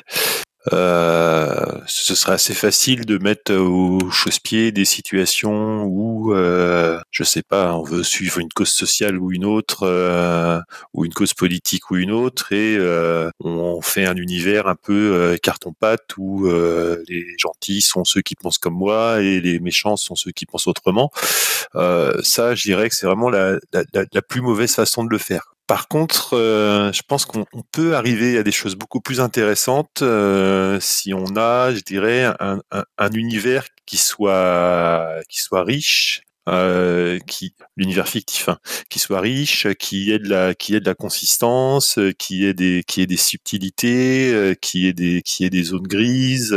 Ce serait assez facile de mettre au chausse-pied des situations où, je sais pas, on veut suivre une cause sociale ou une autre, ou une cause politique ou une autre, et on fait un univers un peu carton-pâte où les gentils sont ceux qui pensent comme moi et les méchants sont ceux qui pensent autrement. Ça, je dirais que c'est vraiment la plus mauvaise façon de le faire. Par contre, je pense qu'on peut arriver à des choses beaucoup plus intéressantes si on a, je dirais, un univers qui soit riche, l'univers fictif, hein, qui soit riche, qui ait de la consistance, qui ait des subtilités, qui ait des zones grises.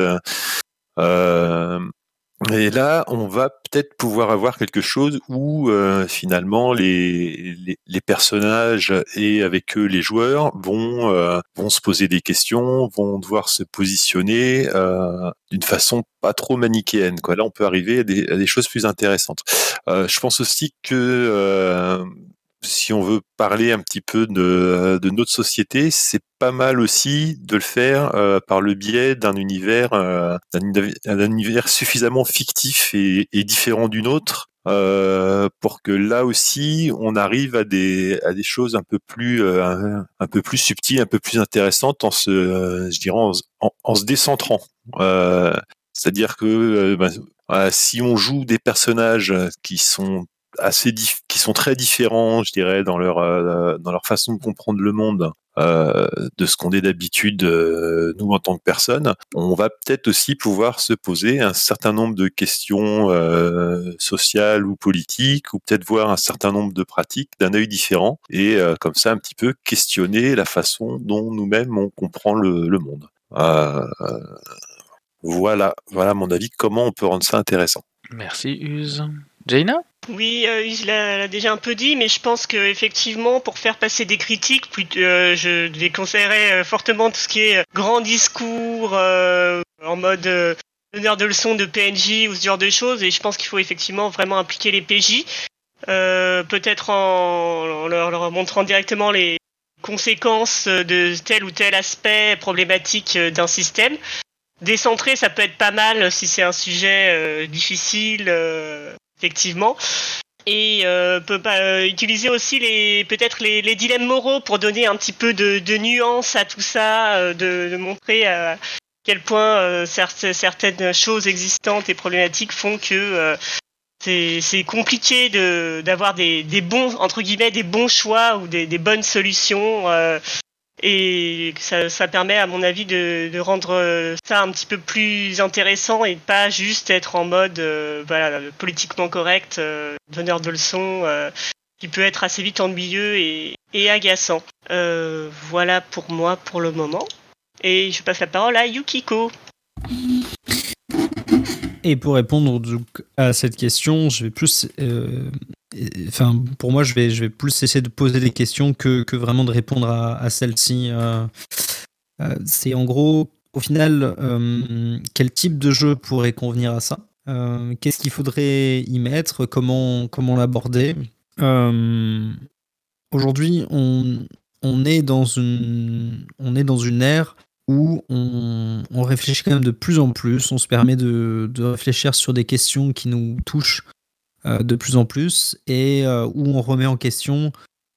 Et là, on va peut-être pouvoir avoir quelque chose où finalement les personnages et avec eux les joueurs vont se poser des questions, vont devoir se positionner d'une façon pas trop manichéenne, quoi. Là, on peut arriver à des choses plus intéressantes. Je pense aussi que si on veut parler un petit peu de notre société, c'est pas mal aussi de le faire par le biais d'un univers suffisamment fictif et différent d'une autre pour que là aussi on arrive à des choses un peu plus subtiles, un peu plus intéressantes en se décentrant. C'est-à-dire que si on joue des personnages qui sont très différents, je dirais, dans leur façon de comprendre le monde de ce qu'on est d'habitude nous en tant que personne, on va peut-être aussi pouvoir se poser un certain nombre de questions sociales ou politiques, ou peut-être voir un certain nombre de pratiques d'un œil différent, et comme ça un petit peu questionner la façon dont nous-mêmes on comprend le monde. Voilà à mon avis comment on peut rendre ça intéressant. Merci Use. Jaina? Oui, il l'a déjà un peu dit, mais je pense qu'effectivement, pour faire passer des critiques, je déconseillerais fortement tout ce qui est grand discours en mode donneur de leçons de PNJ ou ce genre de choses, et je pense qu'il faut effectivement vraiment impliquer les PJ, peut-être en leur montrant directement les conséquences de tel ou tel aspect problématique d'un système. Décentrer, ça peut être pas mal si c'est un sujet difficile, effectivement. Et peut utiliser aussi peut-être les dilemmes moraux pour donner un petit peu de nuance à tout ça, de montrer à quel point certaines choses existantes et problématiques font que c'est compliqué d'avoir des bons, entre guillemets, des bons choix ou des bonnes solutions. Et ça permet, à mon avis, de rendre ça un petit peu plus intéressant et pas juste être en mode politiquement correct, donneur de leçons. qui peut être assez vite ennuyeux et agaçant. Voilà pour moi pour le moment. Et je passe la parole à Yukiko. Et pour répondre à cette question, je vais plus, pour moi, je vais plus essayer de poser des questions que vraiment de répondre à celle-ci. C'est en gros, au final, quel type de jeu pourrait convenir à ça ? Qu'est-ce qu'il faudrait y mettre ? Comment l'aborder ? Aujourd'hui, on est dans une ère où on réfléchit quand même de plus en plus, on se permet de réfléchir sur des questions qui nous touchent de plus en plus, et où on remet en question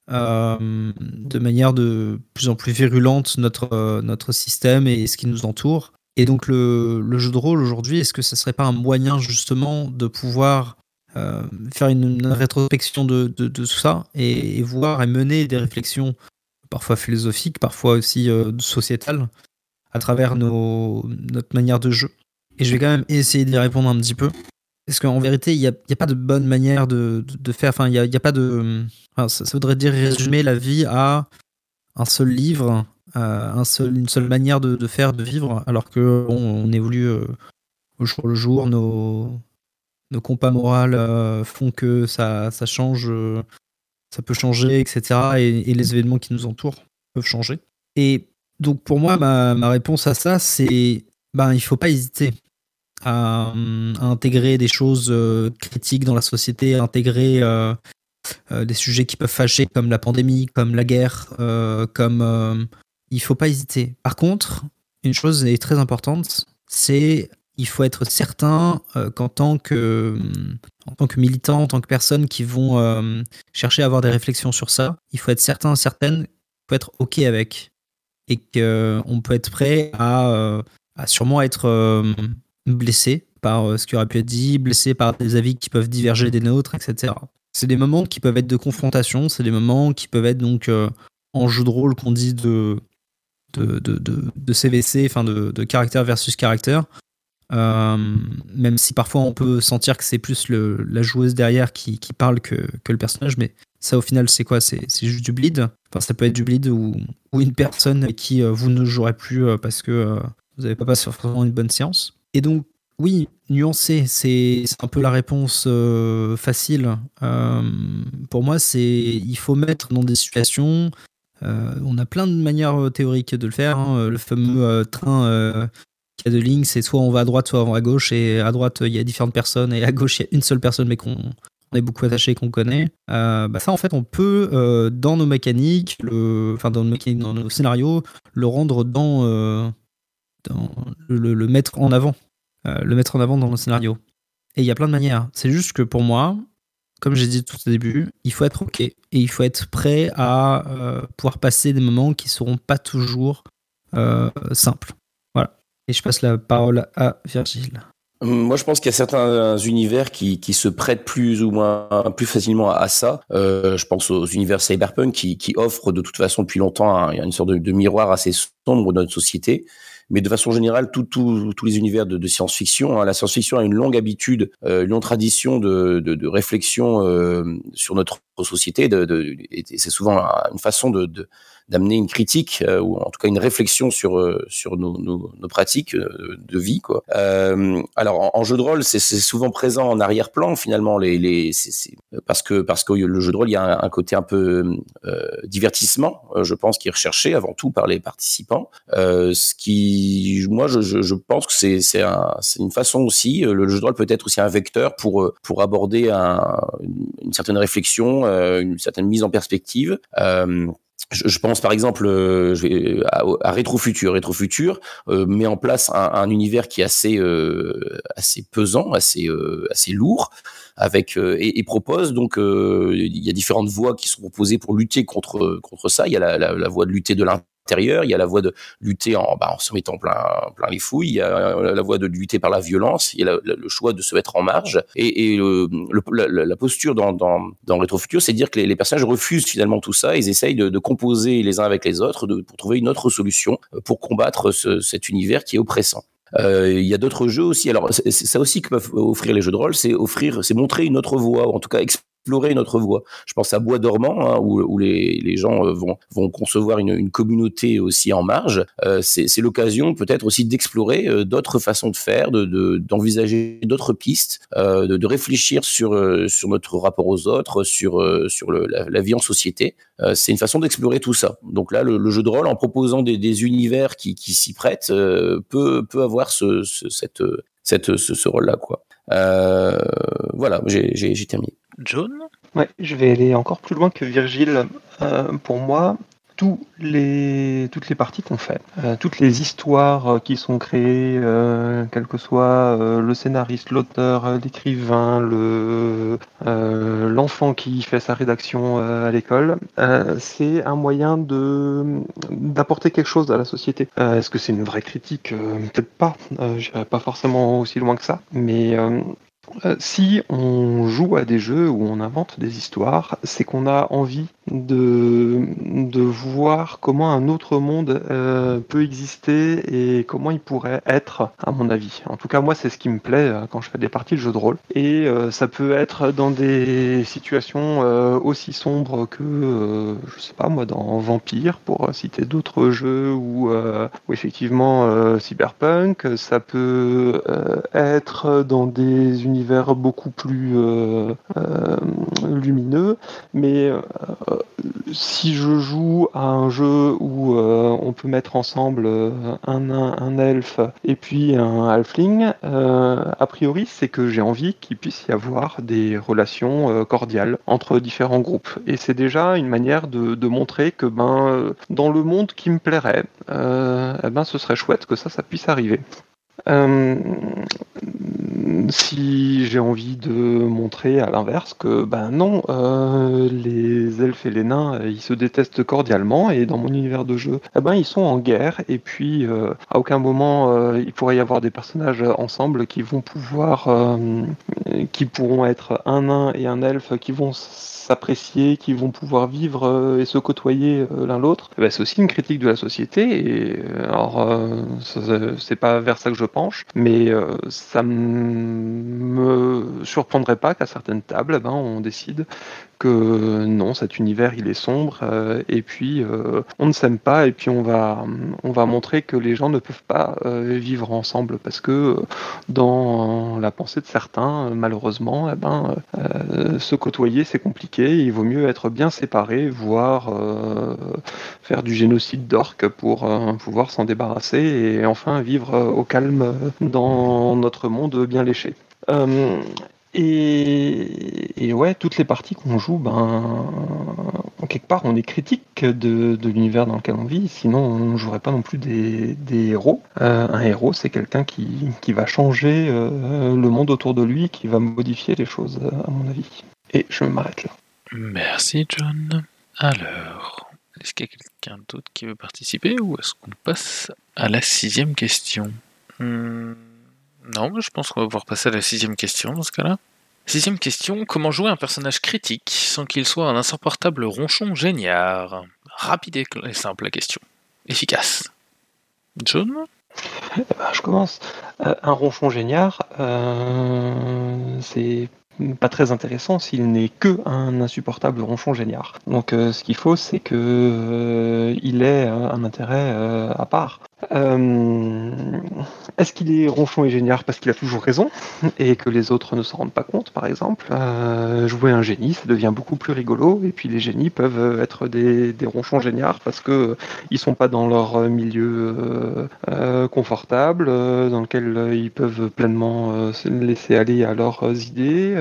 de manière de plus en plus virulente notre système et ce qui nous entoure. Et donc le jeu de rôle aujourd'hui, est-ce que ça serait pas un moyen justement de pouvoir faire une rétrospection de tout ça et voir et mener des réflexions parfois philosophiques, parfois aussi sociétales, à travers notre manière de jeu. Et je vais quand même essayer d'y répondre un petit peu. Parce qu'en vérité, il n'y a pas de bonne manière de faire. Enfin, il n'y a pas de. Enfin, ça voudrait dire résumer la vie à un seul livre, une seule manière de faire, de vivre, alors que on évolue au jour le jour. Nos compas moraux font que ça change, ça peut changer, etc. Et les événements qui nous entourent peuvent changer. Et donc pour moi, ma réponse à ça, c'est il ne faut pas hésiter à intégrer des choses critiques dans la société, à intégrer des sujets qui peuvent fâcher, comme la pandémie, comme la guerre, il ne faut pas hésiter. Par contre, une chose est très importante, c'est il faut être certain qu'en tant que militant, en tant que personne qui vont chercher à avoir des réflexions sur ça, il faut être certaine qu'il faut être OK avec. Et qu'on peut être prêt à sûrement être blessé par ce qui aurait pu être dit, blessé par des avis qui peuvent diverger des nôtres, etc. C'est des moments qui peuvent être de confrontation, c'est des moments qui peuvent être donc en jeu de rôle qu'on dit de CVC, enfin de caractère versus caractère. Même si parfois on peut sentir que c'est plus la joueuse derrière qui parle que le personnage, mais ça au final c'est quoi ? C'est juste du bleed. Enfin, ça peut être du bleed ou une personne avec qui vous ne jouerez plus parce que vous n'avez pas passé forcément une bonne séance. Et donc oui, nuancer, c'est un peu la réponse facile. Pour moi, il faut mettre dans des situations. On a plein de manières théoriques de le faire. Hein. Le fameux train qui a deux lignes, c'est soit on va à droite, soit on va à gauche. Et à droite, il y a différentes personnes. Et à gauche, il y a une seule personne, mais qu'on est beaucoup attaché, qu'on connaît. Ça, en fait, on peut, dans nos mécaniques, dans nos scénarios, le rendre dans le mettre en avant. Le mettre en avant dans le scénario. Et il y a plein de manières. C'est juste que pour moi, comme j'ai dit tout au début, il faut être OK. Et il faut être prêt à pouvoir passer des moments qui ne seront pas toujours simples. Voilà. Et je passe la parole à Virgile. Moi, je pense qu'il y a certains univers qui se prêtent plus facilement à ça. Je pense aux univers cyberpunk qui offrent de toute façon depuis longtemps une sorte de miroir assez sombre de notre société. Mais de façon générale, tous les univers de science-fiction, la science-fiction a une longue habitude, une longue tradition de réflexion sur notre société. Et c'est souvent une façon d'amener une critique ou en tout cas une réflexion sur nos pratiques de vie, quoi. Alors en jeu de rôle, c'est souvent présent en arrière-plan finalement parce que le jeu de rôle, il y a un côté un peu divertissement, je pense, qui est recherché avant tout par les participants. Ce qui, moi, je pense que c'est une façon aussi. Le jeu de rôle peut être aussi un vecteur pour aborder une certaine réflexion, une certaine mise en perspective. Je pense par exemple à Rétrofutur. Rétrofutur met en place un univers qui est assez pesant, assez lourd, et propose donc il y a différentes voies qui sont proposées pour lutter contre ça. Il y a la voie de lutter de l'intérieur, il y a la voie de lutter en se mettant plein les fouilles, il y a la voie de lutter par la violence, il y a le choix de se mettre en marge, et la posture dans Rétrofutur, c'est de dire que les personnages refusent finalement tout ça, ils essayent de composer les uns avec les autres pour trouver une autre solution pour combattre cet univers qui est oppressant. Il y a d'autres jeux aussi. Alors c'est ça aussi que peuvent offrir les jeux de rôle, c'est montrer une autre voie, ou en tout cas explorer notre voie. Je pense à Bois dormant, hein, où les gens vont concevoir une communauté aussi en marge. C'est l'occasion peut-être aussi d'explorer d'autres façons de faire, d'envisager d'autres pistes, de réfléchir sur notre rapport aux autres, sur la vie en société. C'est une façon d'explorer tout ça. Donc là, le jeu de rôle, en proposant des univers qui s'y prêtent, peut avoir ce rôle-là, quoi. Voilà, j'ai terminé. John? Ouais, je vais aller encore plus loin que Virgile. Pour moi, toutes les parties qu'on fait, toutes les histoires qui sont créées, quel que soit le scénariste, l'auteur, l'écrivain, l'enfant qui fait sa rédaction à l'école, c'est un moyen d'apporter quelque chose à la société. Est-ce que c'est une vraie critique? Peut-être pas. J'irai pas forcément aussi loin que ça, mais si on joue à des jeux où on invente des histoires, c'est qu'on a envie de voir comment un autre monde peut exister et comment il pourrait être, à mon avis. En tout cas, moi, c'est ce qui me plaît quand je fais des parties de jeux de rôle. Et ça peut être dans des situations aussi sombres que, je sais pas moi, dans Vampire, pour citer d'autres jeux, ou effectivement Cyberpunk. Ça peut être dans des univers beaucoup plus lumineux, mais si je joue à un jeu où on peut mettre ensemble un nain, un elfe et puis un halfling, a priori c'est que j'ai envie qu'il puisse y avoir des relations cordiales entre différents groupes. Et c'est déjà une manière de montrer que dans le monde qui me plairait, ce serait chouette que ça puisse arriver. Si j'ai envie de montrer à l'inverse que non, les elfes et les nains ils se détestent cordialement, et dans mon univers de jeu ils sont en guerre, et puis à aucun moment il pourrait y avoir des personnages ensemble qui pourront être un nain et un elfe, qui vont s'apprécier, qui vont pouvoir vivre et se côtoyer l'un l'autre. C'est aussi une critique de la société, et alors c'est pas vers ça que je penche, mais ça me surprendrait pas qu'à certaines tables on décide que non, cet univers il est sombre, et puis on ne s'aime pas, et puis on va montrer que les gens ne peuvent pas vivre ensemble, parce que dans la pensée de certains, malheureusement, se côtoyer c'est compliqué, il vaut mieux être bien séparés, voire faire du génocide d'orques pour pouvoir s'en débarrasser et enfin vivre au calme dans notre monde bien léché. Et ouais, toutes les parties qu'on joue, quelque part, on est critique de l'univers dans lequel on vit, sinon on ne jouerait pas non plus des héros. Un héros, c'est quelqu'un qui va changer le monde autour de lui, qui va modifier les choses, à mon avis. Et je m'arrête là. Merci, John. Alors, est-ce qu'il y a quelqu'un d'autre qui veut participer, ou est-ce qu'on passe à la 6e question? Non, je pense qu'on va pouvoir passer à la 6e question dans ce cas-là. 6e question, comment jouer un personnage critique sans qu'il soit un insupportable ronchon géniard? Rapide et simple la question. Efficace. John? Je commence. Un ronchon géniard, c'est pas très intéressant s'il n'est que un insupportable ronchon géniard. Donc ce qu'il faut, c'est que il ait un intérêt à part. Est-ce qu'il est ronchon et géniard parce qu'il a toujours raison et que les autres ne s'en rendent pas compte, par exemple? Jouer un génie, ça devient beaucoup plus rigolo, et puis les génies peuvent être des ronchons géniards parce que ils sont pas dans leur milieu confortable, dans lequel ils peuvent pleinement se laisser aller à leurs idées.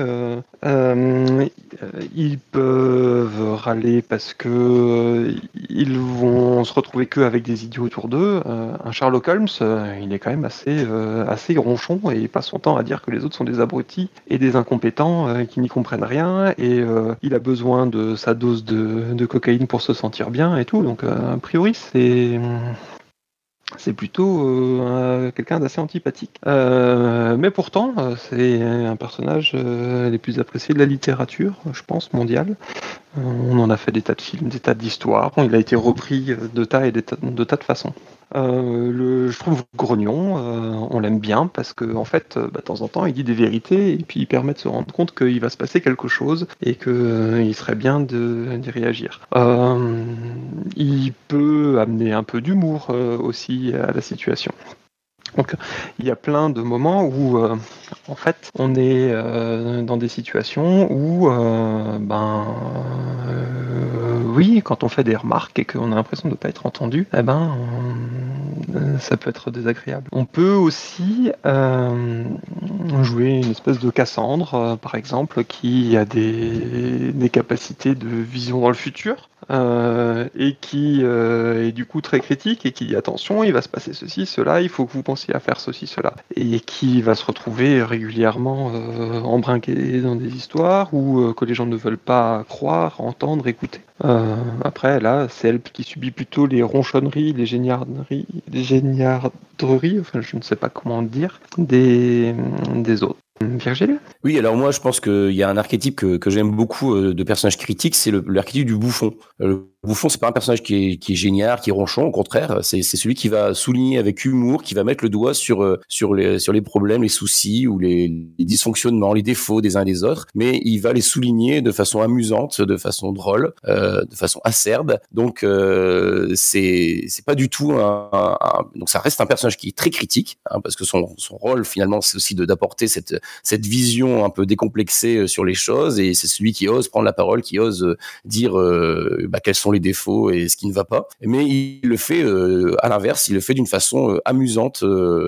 Ils peuvent râler parce que ils vont se retrouver avec des idiots autour d'eux. Un Sherlock Holmes, il est quand même assez ronchon et passe son temps à dire que les autres sont des abrutis et des incompétents qui n'y comprennent rien, et il a besoin de sa dose de cocaïne pour se sentir bien et tout. Donc a priori c'est plutôt quelqu'un d'assez antipathique. Mais pourtant, c'est un personnage les plus appréciés de la littérature, je pense, mondiale. On en a fait des tas de films, des tas d'histoires. Il a été repris de tas de façons. Je trouve Grognon, on l'aime bien parce que en fait, de temps en temps, il dit des vérités et puis il permet de se rendre compte qu'il va se passer quelque chose et qu'il serait bien d'y réagir. Il peut amener un peu d'humour aussi à la situation. Donc il y a plein de moments où en fait on est dans des situations où oui, quand on fait des remarques et qu'on a l'impression de ne pas être entendu, ça peut être désagréable. On peut aussi jouer une espèce de Cassandre, par exemple, qui a des capacités de vision dans le futur. Et qui est du coup très critique et qui dit attention, il va se passer ceci, cela, il faut que vous pensiez à faire ceci, cela, et qui va se retrouver régulièrement embrinqué dans des histoires où que les gens ne veulent pas croire, entendre, écouter. Après là, c'est elle qui subit plutôt les ronchonneries, les géniarderies, enfin je ne sais pas comment dire, des autres. Virgile ? Oui, alors moi je pense qu'il y a un archétype que j'aime beaucoup de personnage critique, c'est l'archétype du bouffon. Le bouffon, c'est pas un personnage qui est génial, qui est ronchon, au contraire, c'est celui qui va souligner avec humour, qui va mettre le doigt sur les problèmes, les soucis ou les dysfonctionnements, les défauts des uns et des autres, mais il va les souligner de façon amusante, de façon drôle, de façon acerbe. Donc c'est pas du tout donc ça reste un personnage qui est très critique, parce que son rôle finalement c'est aussi d'apporter cette vision un peu décomplexée sur les choses, et c'est celui qui ose prendre la parole, qui ose dire quels sont les défauts et ce qui ne va pas. Mais il le fait à l'inverse, il le fait d'une façon amusante,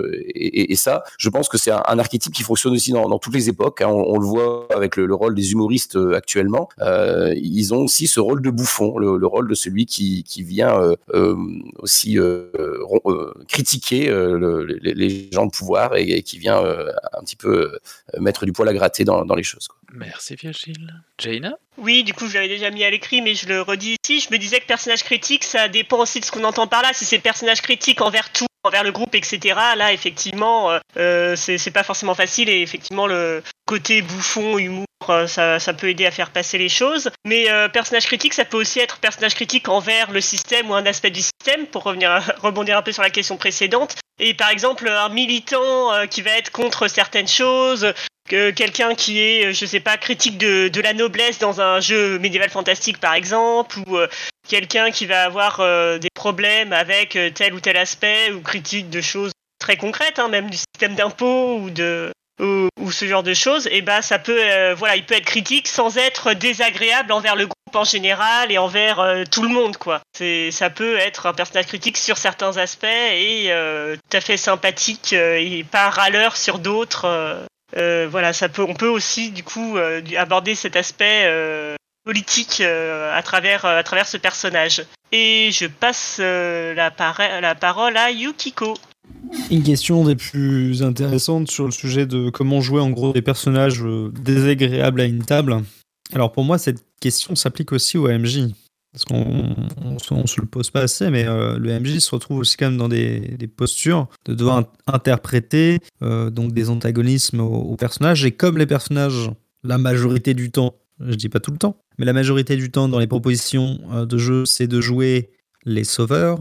et ça, je pense que c'est un archétype qui fonctionne aussi dans toutes les époques. On le voit avec le rôle des humoristes actuellement. Ils ont aussi ce rôle de bouffon, le rôle de celui qui vient aussi critiquer les gens de pouvoir et qui vient un petit peu mettre du poil à gratter dans les choses, quoi. Merci Virgile. Jaina ? Oui, du coup, je l'avais déjà mis à l'écrit, mais je le redis ici. Je me disais que personnage critique, ça dépend aussi de ce qu'on entend par là. Si c'est personnage critique envers tout, envers le groupe, etc., là, effectivement, c'est pas forcément facile. Et effectivement, le côté bouffon, humour, ça peut aider à faire passer les choses. Mais personnage critique, ça peut aussi être personnage critique envers le système ou un aspect du système, pour rebondir un peu sur la question précédente. Et par exemple, un militant qui va être contre certaines choses, quelqu'un qui est, je sais pas, critique de la noblesse dans un jeu médiéval fantastique par exemple, ou quelqu'un qui va avoir des problèmes avec tel ou tel aspect, ou critique de choses très concrètes, même du système d'impôt ou ce genre de choses, et ça peut, il peut être critique sans être désagréable envers le groupe en général et envers tout le monde, quoi. Ça peut être un personnage critique sur certains aspects et tout à fait sympathique et pas râleur sur d'autres. On peut aussi du coup aborder cet aspect politique à travers ce personnage. Et je passe la parole à Yukiko. Une question des plus intéressantes sur le sujet de comment jouer en gros des personnages désagréables à une table. Alors pour moi, cette question s'applique aussi au MJ. Parce qu'on se le pose pas assez, mais le MJ se retrouve aussi quand même dans des postures de devoir interpréter donc des antagonismes aux personnages. Et comme les personnages, la majorité du temps, je dis pas tout le temps, mais la majorité du temps dans les propositions de jeu, c'est de jouer les sauveurs,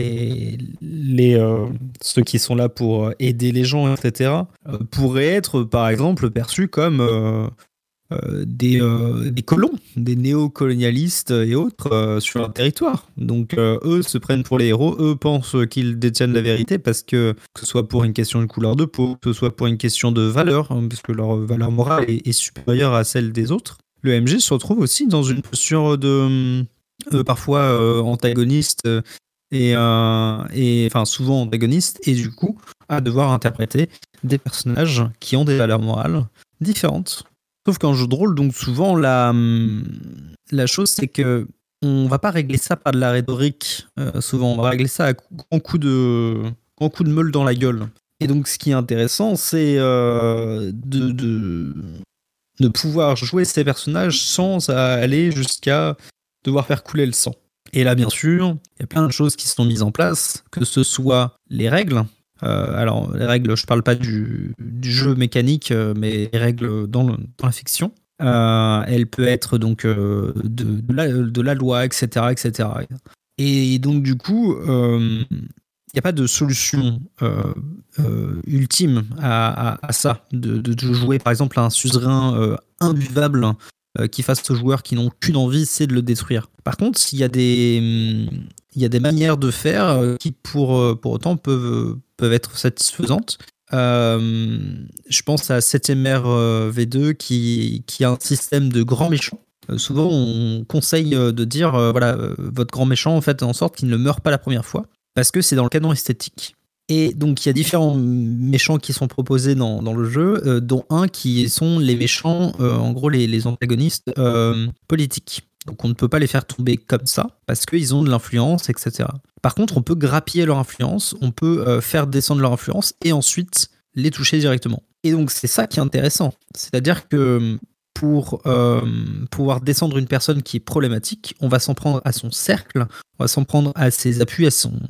ceux qui sont là pour aider les gens, etc., pourraient être par exemple perçus comme des colons, des néocolonialistes et autres sur un territoire. Donc eux se prennent pour les héros, eux pensent qu'ils détiennent la vérité parce que ce soit pour une question de couleur de peau, que ce soit pour une question de valeur, parce que leur valeur morale est supérieure à celle des autres. Le MJ se retrouve aussi dans une posture de parfois antagoniste et enfin souvent antagoniste, et du coup à devoir interpréter des personnages qui ont des valeurs morales différentes. Sauf qu'en jeu de rôle, donc souvent la chose c'est que on va pas régler ça par de la rhétorique. Souvent on va régler ça à grand coup de meule dans la gueule. Et donc ce qui est intéressant, c'est de pouvoir jouer ces personnages sans aller jusqu'à devoir faire couler le sang. Et là, bien sûr, il y a plein de choses qui sont mises en place, que ce soit les règles. Alors, les règles, je parle pas du jeu mécanique, mais les règles dans la fiction. Elle peut être donc de la loi, etc., etc. Et donc du coup, il n'y a pas de solution ultime à ça, de jouer par exemple un suzerain imbuvable qui fasse aux joueurs qui n'ont qu'une envie, c'est de le détruire. Par contre, il y a des manières de faire qui pour autant peuvent être satisfaisantes. Je pense à 7ème ère V2 qui a un système de grands méchants. Souvent, on conseille de dire votre grand méchant, en fait, en sorte qu'il ne meurt pas la première fois, parce que c'est dans le canon esthétique. Et donc, il y a différents méchants qui sont proposés dans le jeu, dont un qui sont les méchants, en gros, les antagonistes politiques. Donc, on ne peut pas les faire tomber comme ça, parce qu'ils ont de l'influence, etc. Par contre, on peut grappiller leur influence, on peut faire descendre leur influence, et ensuite les toucher directement. Et donc, c'est ça qui est intéressant. C'est-à-dire que pour pouvoir descendre une personne qui est problématique, on va s'en prendre à son cercle, on va s'en prendre à ses appuis, à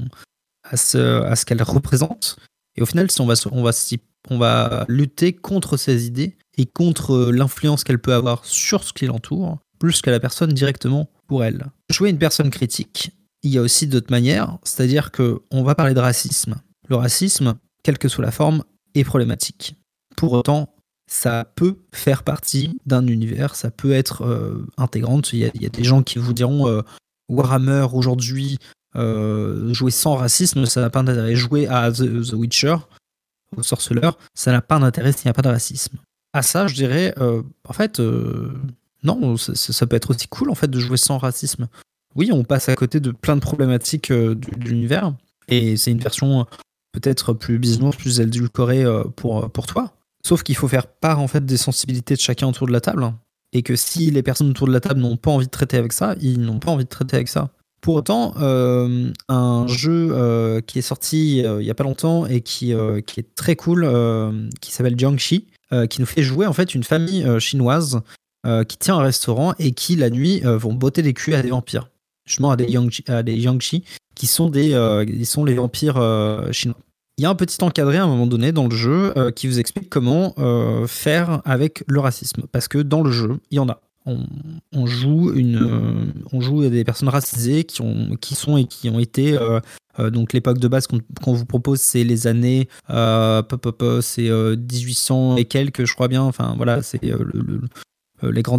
ce qu'elle représente. Et au final, on va lutter contre ses idées et contre l'influence qu'elle peut avoir sur ce qui l'entoure, plus que la personne directement pour elle. Jouer une personne critique, il y a aussi d'autres manières, c'est-à-dire qu'on va parler de racisme. Le racisme, quelle que soit la forme, est problématique. Pour autant, ça peut faire partie d'un univers, ça peut être intégrante. Il y a des gens qui vous diront Warhammer aujourd'hui, jouer sans racisme, ça n'a pas d'intérêt. Jouer à The Witcher, au sorceleur, ça n'a pas d'intérêt s'il n'y a pas de racisme. À ça, je dirais, en fait, non, ça peut être aussi cool en fait de jouer sans racisme. Oui, on passe à côté de plein de problématiques de l'univers, et c'est une version peut-être plus business, plus édulcorée pour toi. Sauf qu'il faut faire part en fait des sensibilités de chacun autour de la table, et que si les personnes autour de la table n'ont pas envie de traiter avec ça, ils n'ont pas envie de traiter avec ça. Pour autant, un jeu qui est sorti il y a pas longtemps et qui est très cool, qui s'appelle Jiangxi, qui nous fait jouer en fait une famille chinoise qui tient un restaurant et qui la nuit vont botter les culs à des vampires, justement à des Jiangxi, qui sont ils sont les vampires chinois. Il y a un petit encadré à un moment donné dans le jeu qui vous explique comment faire avec le racisme, parce que dans le jeu, il y en a. On joue des personnes racisées qui ont été donc l'époque de base qu'on vous propose, c'est les années c'est 1800 et quelques, je crois bien. Enfin voilà, c'est les grands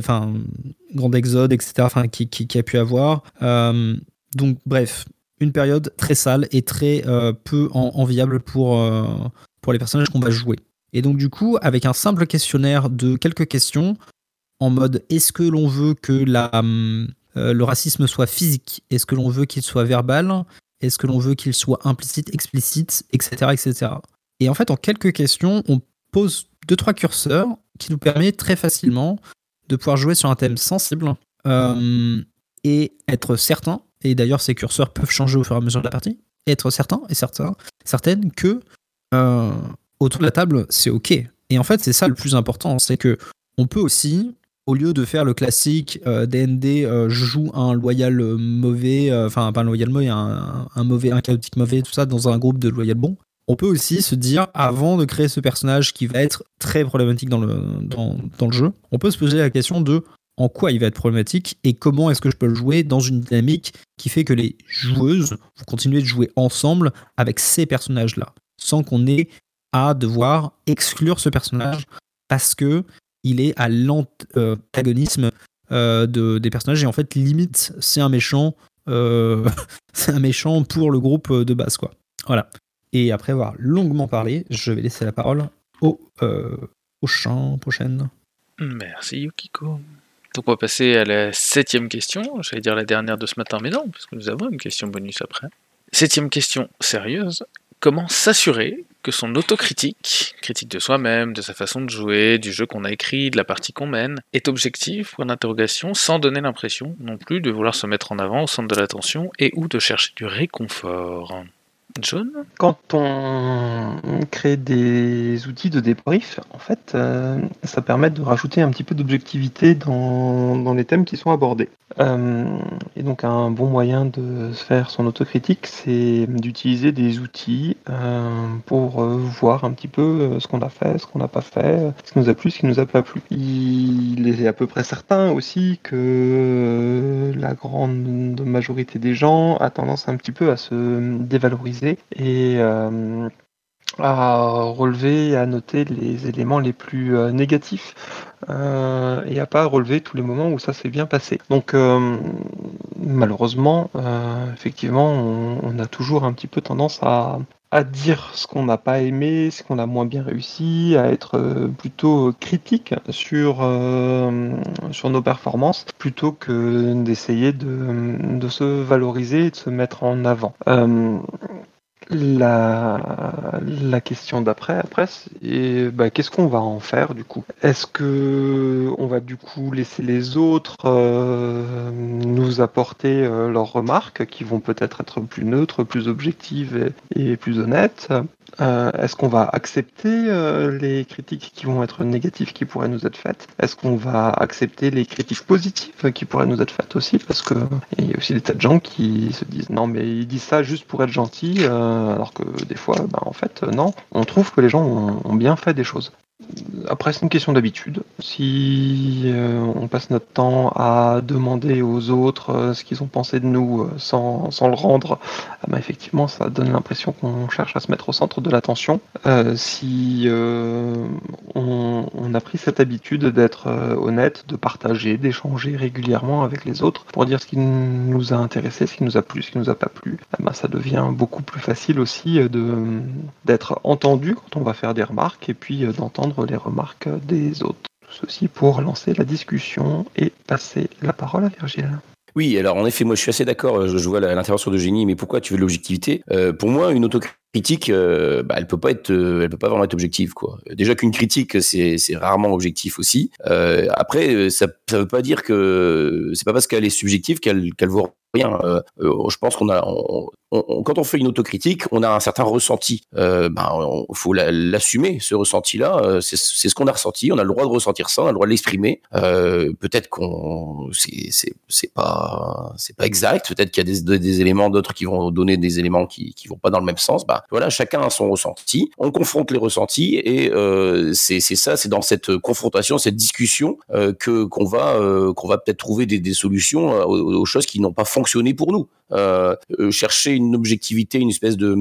exodes, etc. Enfin qui a pu avoir. Donc bref, une période très sale et très peu enviable pour les personnages qu'on va jouer. Et donc du coup, avec un simple questionnaire de quelques questions, en mode est-ce que l'on veut que le racisme soit physique? Est-ce que l'on veut qu'il soit verbal? Est-ce que l'on veut qu'il soit implicite, explicite, etc., etc. Et en fait, en quelques questions, on pose 2-3 curseurs qui nous permettent très facilement de pouvoir jouer sur un thème sensible et être certain, et d'ailleurs ces curseurs peuvent changer au fur et à mesure de la partie, et être certain et certaine que autour de la table, c'est OK. Et en fait, c'est ça le plus important, c'est que on peut aussi, au lieu de faire le classique D&D, je joue un loyal mauvais, enfin pas un loyal mauvais, un chaotique mauvais, tout ça, dans un groupe de loyal bons, on peut aussi se dire, avant de créer ce personnage qui va être très problématique dans le jeu, on peut se poser la question de en quoi il va être problématique et comment est-ce que je peux le jouer dans une dynamique qui fait que les joueuses vont continuer de jouer ensemble avec ces personnages-là, sans qu'on ait à devoir exclure ce personnage parce que il est à l'antagonisme des personnages, et en fait limite c'est un méchant c'est un méchant pour le groupe de base, quoi. Voilà. Et après avoir longuement parlé, je vais laisser la parole au prochaine. Merci Yukiko. Donc on va passer à la 7e question, j'allais dire la dernière de ce matin, mais non, parce que nous avons une question bonus après. 7e question sérieuse, comment s'assurer que son autocritique, critique de soi-même, de sa façon de jouer, du jeu qu'on a écrit, de la partie qu'on mène, est objective, point d'interrogation, sans donner l'impression non plus de vouloir se mettre en avant au centre de l'attention et ou de chercher du réconfort. John ? Quand on crée des outils de débrief, en fait, ça permet de rajouter un petit peu d'objectivité dans les thèmes qui sont abordés. Et donc un bon moyen de se faire son autocritique, c'est d'utiliser des outils pour voir un petit peu ce qu'on a fait, ce qu'on n'a pas fait, ce qui nous a plu, ce qui nous a pas plu. Il est à peu près certain aussi que la grande majorité des gens a tendance un petit peu à se dévaloriser et à relever et à noter les éléments les plus négatifs et à pas relever tous les moments où ça s'est bien passé. Donc malheureusement, effectivement, on a toujours un petit peu tendance à dire ce qu'on n'a pas aimé, ce qu'on a moins bien réussi, à être plutôt critique sur nos performances, plutôt que d'essayer de se valoriser et de se mettre en avant. La question d'après, c'est qu'est-ce qu'on va en faire du coup? Est-ce que on va du coup laisser les autres nous apporter leurs remarques qui vont peut-être être plus neutres, plus objectives et plus honnêtes? Est-ce qu'on va accepter les critiques qui vont être négatives qui pourraient nous être faites? Est-ce qu'on va accepter les critiques positives qui pourraient nous être faites aussi? Parce que il y a aussi des tas de gens qui se disent non mais ils disent ça juste pour être gentils, alors que des fois, en fait, non. On trouve que les gens ont bien fait des choses. Après, c'est une question d'habitude. Si on passe notre temps à demander aux autres ce qu'ils ont pensé de nous sans le rendre, effectivement, ça donne l'impression qu'on cherche à se mettre au centre de l'attention. Si on a pris cette habitude d'être honnête, de partager, d'échanger régulièrement avec les autres pour dire ce qui nous a intéressé, ce qui nous a plu, ce qui nous a pas plu, ça devient beaucoup plus facile aussi d'être entendu quand on va faire des remarques et puis d'entendre les remarques des autres. Tout ceci pour lancer la discussion et passer la parole à Virgile. Oui, alors en effet, moi je suis assez d'accord, je vois l'intervention de Génie, mais pourquoi tu veux de l'objectivité? Pour moi, une autocritique, elle peut pas vraiment être objective, quoi. Déjà qu'une critique, c'est rarement objectif aussi. Après, ça veut pas dire que c'est pas parce qu'elle est subjective qu'elle vaut rien. Je pense quand on fait une autocritique, on a un certain ressenti. Faut l'assumer, ce ressenti-là. C'est ce qu'on a ressenti. On a le droit de ressentir ça, on a le droit de l'exprimer. Peut-être c'est pas exact. Peut-être qu'il y a des éléments, d'autres qui vont donner des éléments qui vont pas dans le même sens. Voilà, chacun a son ressenti. On confronte les ressentis et c'est dans cette confrontation, cette discussion qu'on va peut-être trouver des solutions aux choses qui n'ont pas fonctionné pour nous. Chercher une objectivité, une espèce de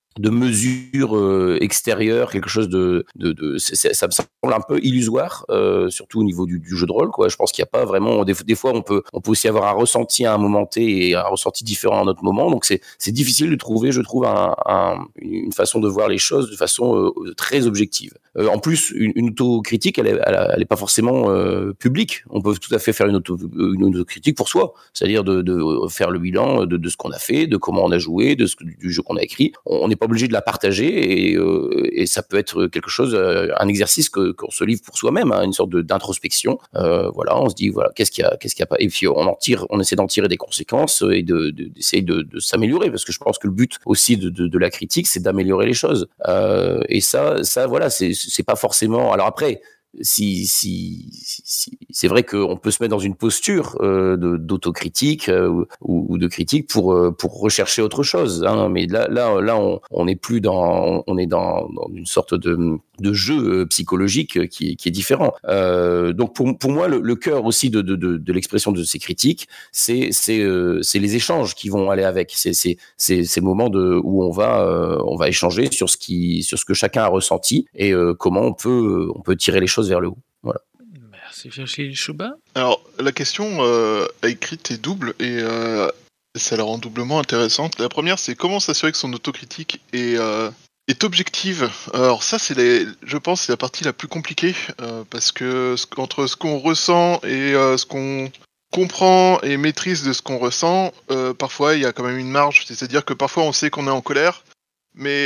mesure extérieure, quelque chose ça me semble un peu illusoire, surtout au niveau du jeu de rôle, quoi. Je pense qu'il n'y a pas vraiment, des fois on peut aussi avoir un ressenti à un moment T et un ressenti différent à un autre moment, donc c'est difficile de trouver, je trouve, une façon de voir les choses de façon très objective. En plus, une autocritique, elle est pas forcément publique. On peut tout à fait faire une autocritique pour soi, c'est-à-dire de faire le bilan de ce qu'on a fait, de comment on a joué, du jeu qu'on a écrit. On n'est pas obligé de la partager et ça peut être quelque chose, un exercice qu'on se livre pour soi-même, hein, une sorte d'introspection. Voilà, on se dit voilà qu'est-ce qu'il y a pas, et puis on essaie d'en tirer des conséquences et d'essayer de s'améliorer, parce que je pense que le but aussi de la critique, c'est d'améliorer les choses. Et ça voilà, c'est pas forcément. Alors après, si c'est vrai qu'on peut se mettre dans une posture d'autocritique ou de critique pour rechercher autre chose, hein, mais là on est plus dans une sorte de jeu psychologique qui est différent. Donc pour moi le cœur aussi de l'expression de ces critiques, c'est les échanges qui vont aller avec, c'est ces moments où on va échanger sur ce que chacun a ressenti et comment on peut tirer les choses vers le haut. Voilà. Merci Virgile Chouba. Alors, la question écrite est double et ça la rend doublement intéressante. La première, c'est comment s'assurer que son autocritique est objective. Alors ça, je pense, c'est la partie la plus compliquée parce que entre ce qu'on ressent et ce qu'on comprend et maîtrise de ce qu'on ressent, parfois il y a quand même une marge. C'est-à-dire que parfois on sait qu'on est en colère, mais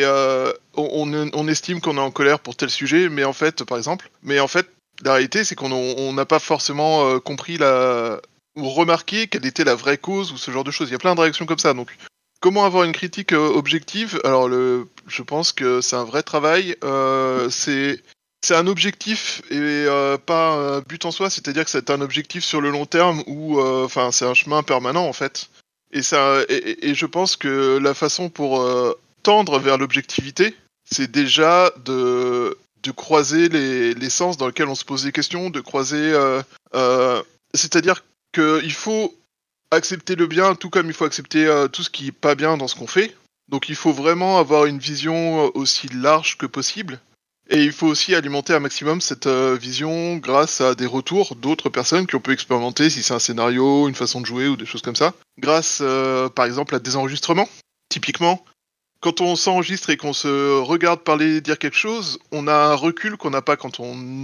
on estime qu'on est en colère pour tel sujet, mais en fait, la réalité, c'est qu'on n'a pas forcément compris ou remarqué quelle était la vraie cause ou ce genre de choses. Il y a plein de réactions comme ça, donc comment avoir une critique objective? Alors, je pense que c'est un vrai travail. C'est un objectif et pas un but en soi. C'est-à-dire que c'est un objectif sur le long terme ou, c'est un chemin permanent en fait. Et je pense que la façon pour tendre vers l'objectivité, c'est déjà de croiser les sens dans lesquels on se pose des questions, de croiser. C'est-à-dire qu'il faut accepter le bien, tout comme il faut accepter tout ce qui est pas bien dans ce qu'on fait. Donc il faut vraiment avoir une vision aussi large que possible. Et il faut aussi alimenter un maximum cette vision grâce à des retours d'autres personnes qui ont pu expérimenter, si c'est un scénario, une façon de jouer ou des choses comme ça. Grâce, par exemple, à des enregistrements. Typiquement, quand on s'enregistre et qu'on se regarde parler, dire quelque chose, on a un recul qu'on n'a pas quand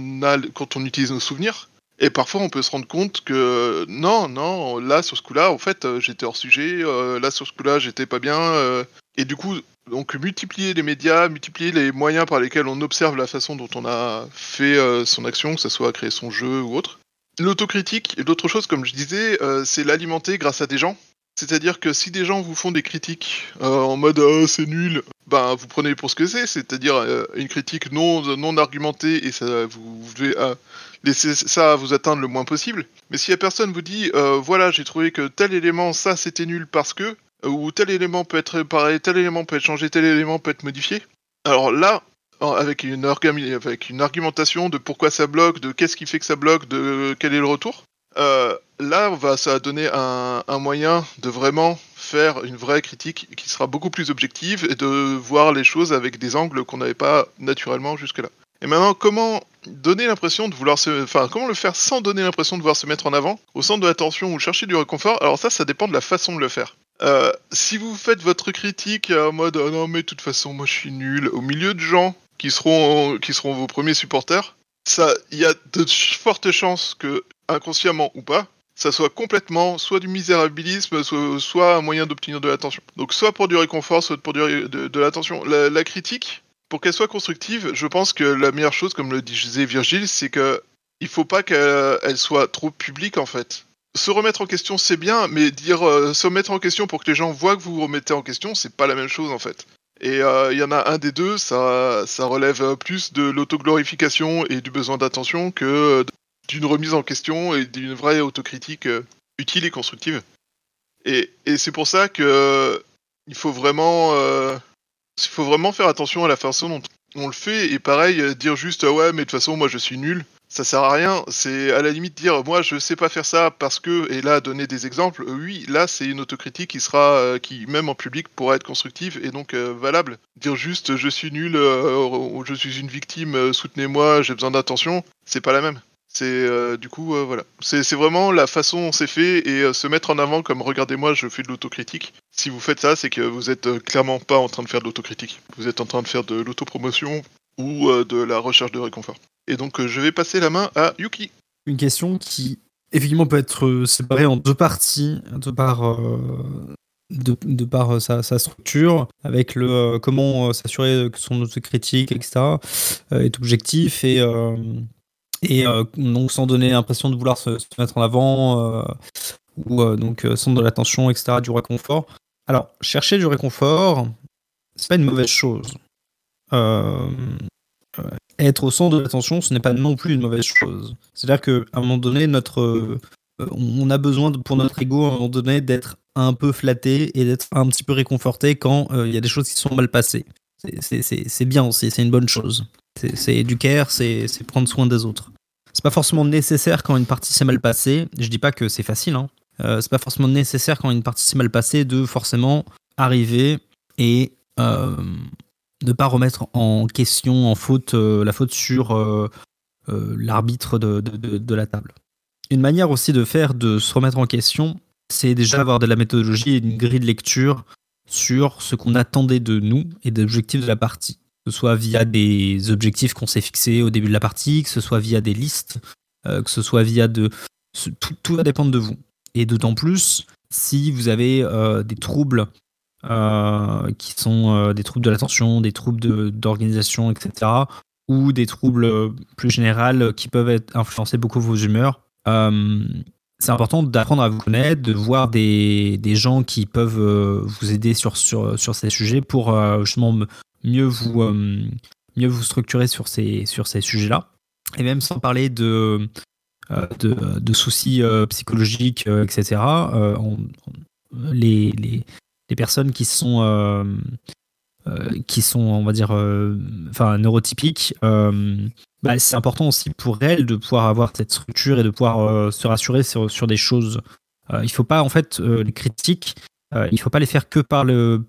on utilise nos souvenirs. Et parfois, on peut se rendre compte que non, là, sur ce coup-là, en fait, j'étais hors sujet, là, sur ce coup-là, j'étais pas bien. Et du coup, donc, multiplier les médias, multiplier les moyens par lesquels on observe la façon dont on a fait son action, que ce soit créer son jeu ou autre. L'autocritique, et d'autres choses, comme je disais, c'est l'alimenter grâce à des gens. C'est-à-dire que si des gens vous font des critiques en mode « c'est nul », ben vous prenez pour ce que c'est-à-dire une critique non argumentée et ça, vous devez laisser ça vous atteindre le moins possible. Mais si la personne vous dit « voilà, j'ai trouvé que tel élément, ça c'était nul parce que », ou tel élément peut être réparé, tel élément peut être changé, tel élément peut être modifié, alors là, avec une argumentation de pourquoi ça bloque, de qu'est-ce qui fait que ça bloque, de quel est le retour, là, ça va donner un moyen de vraiment faire une vraie critique qui sera beaucoup plus objective et de voir les choses avec des angles qu'on n'avait pas naturellement jusque-là. Et maintenant, comment donner l'impression de vouloir comment le faire sans donner l'impression de vouloir se mettre en avant, au centre de l'attention ou chercher du réconfort? Alors ça dépend de la façon de le faire. Si vous faites votre critique en mode oh non mais de toute façon moi je suis nul, au milieu de gens qui seront vos premiers supporters, il y a de fortes chances que, inconsciemment ou pas, ça soit complètement soit du misérabilisme, soit un moyen d'obtenir de l'attention. Donc soit pour du réconfort, soit pour de l'attention. La critique, pour qu'elle soit constructive, je pense que la meilleure chose, comme le disait Virgile, c'est que il faut pas qu'elle soit trop publique en fait. Se remettre en question, c'est bien, mais se remettre en question pour que les gens voient que vous vous remettez en question, c'est pas la même chose en fait. Et il y en a un des deux, ça relève plus de l'autoglorification et du besoin d'attention que d'une remise en question et d'une vraie autocritique utile et constructive. Et c'est pour ça que il faut vraiment faire attention à la façon dont on le fait. Et pareil, dire juste ouais mais de toute façon moi je suis nul, ça sert à rien. C'est à la limite dire moi je sais pas faire ça parce que, et là donner des exemples, oui là c'est une autocritique qui même en public pourra être constructive et donc valable. Dire juste je suis nul, je suis une victime, soutenez-moi, j'ai besoin d'attention, c'est pas la même. C'est du coup voilà. C'est vraiment la façon dont c'est fait et se mettre en avant comme regardez-moi je fais de l'autocritique. Si vous faites ça, c'est que vous êtes clairement pas en train de faire de l'autocritique. Vous êtes en train de faire de l'autopromotion ou de la recherche de réconfort. Et donc je vais passer la main à Yuki. Une question qui effectivement peut être séparée en deux parties, de par sa structure, avec le comment s'assurer que son autocritique, etc., est objectif et donc sans donner l'impression de vouloir se mettre en avant ou donc sans de l'attention, etc., du réconfort. Alors, chercher du réconfort, c'est pas une mauvaise chose. Être au centre de l'attention, ce n'est pas non plus une mauvaise chose. C'est-à-dire qu'à un moment donné, on a besoin, pour notre ego, à un moment donné, d'être un peu flatté et d'être un petit peu réconforté quand il y a des choses qui sont mal passées. C'est bien aussi, c'est une bonne chose. C'est du care, c'est prendre soin des autres. C'est pas forcément nécessaire quand une partie s'est mal passée. Je dis pas que c'est facile, hein. C'est pas forcément nécessaire quand une partie s'est mal passée de forcément arriver et ne pas remettre en question, en faute, la faute sur l'arbitre de la table. Une manière aussi de se remettre en question, c'est déjà avoir de la méthodologie et une grille de lecture sur ce qu'on attendait de nous et des objectifs de la partie. Que ce soit via des objectifs qu'on s'est fixés au début de la partie, que ce soit via des listes, que ce soit via tout va dépendre de vous. Et d'autant plus si vous avez des troubles qui sont des troubles de l'attention, des troubles d'organisation, etc., ou des troubles plus généraux qui peuvent influencer beaucoup vos humeurs. c'est important d'apprendre à vous connaître, de voir des gens qui peuvent vous aider sur ces sujets pour justement mieux vous structurer sur ces sujets-là. Et même sans parler de soucis psychologiques, etc. Les personnes qui sont, on va dire, neurotypiques, c'est important aussi pour elles de pouvoir avoir cette structure et de pouvoir se rassurer sur des choses. Il faut pas, en fait, les critiques, il faut pas les faire que par le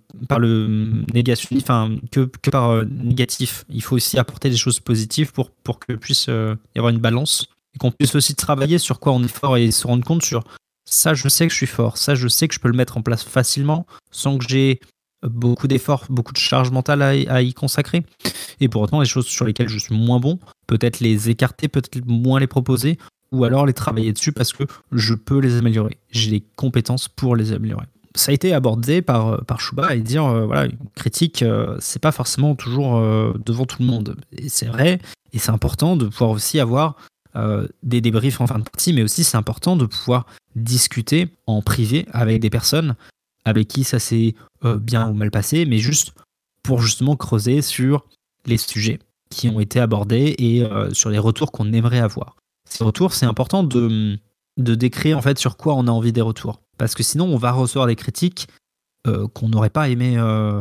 négation, que par négatif. Il faut aussi apporter des choses positives pour que puisse y avoir une balance et qu'on puisse aussi travailler sur quoi on est fort et se rendre compte sur ça, je sais que je suis fort, ça, je sais que je peux le mettre en place facilement sans que j'ai beaucoup d'efforts, beaucoup de charge mentale à y consacrer. Et pour autant, les choses sur lesquelles je suis moins bon, peut-être les écarter, peut-être moins les proposer, ou alors les travailler dessus parce que je peux les améliorer. J'ai les compétences pour les améliorer. Ça a été abordé par Chouba et dire voilà, une critique, c'est pas forcément toujours devant tout le monde. Et c'est vrai, et c'est important de pouvoir aussi avoir des débriefs en fin de partie, mais aussi c'est important de pouvoir discuter en privé avec des personnes avec qui ça s'est bien ou mal passé, mais juste pour justement creuser sur les sujets qui ont été abordés et sur les retours qu'on aimerait avoir. Ces retours, c'est important de décrire en fait sur quoi on a envie des retours. Parce que sinon, on va recevoir des critiques qu'on n'aurait pas aimé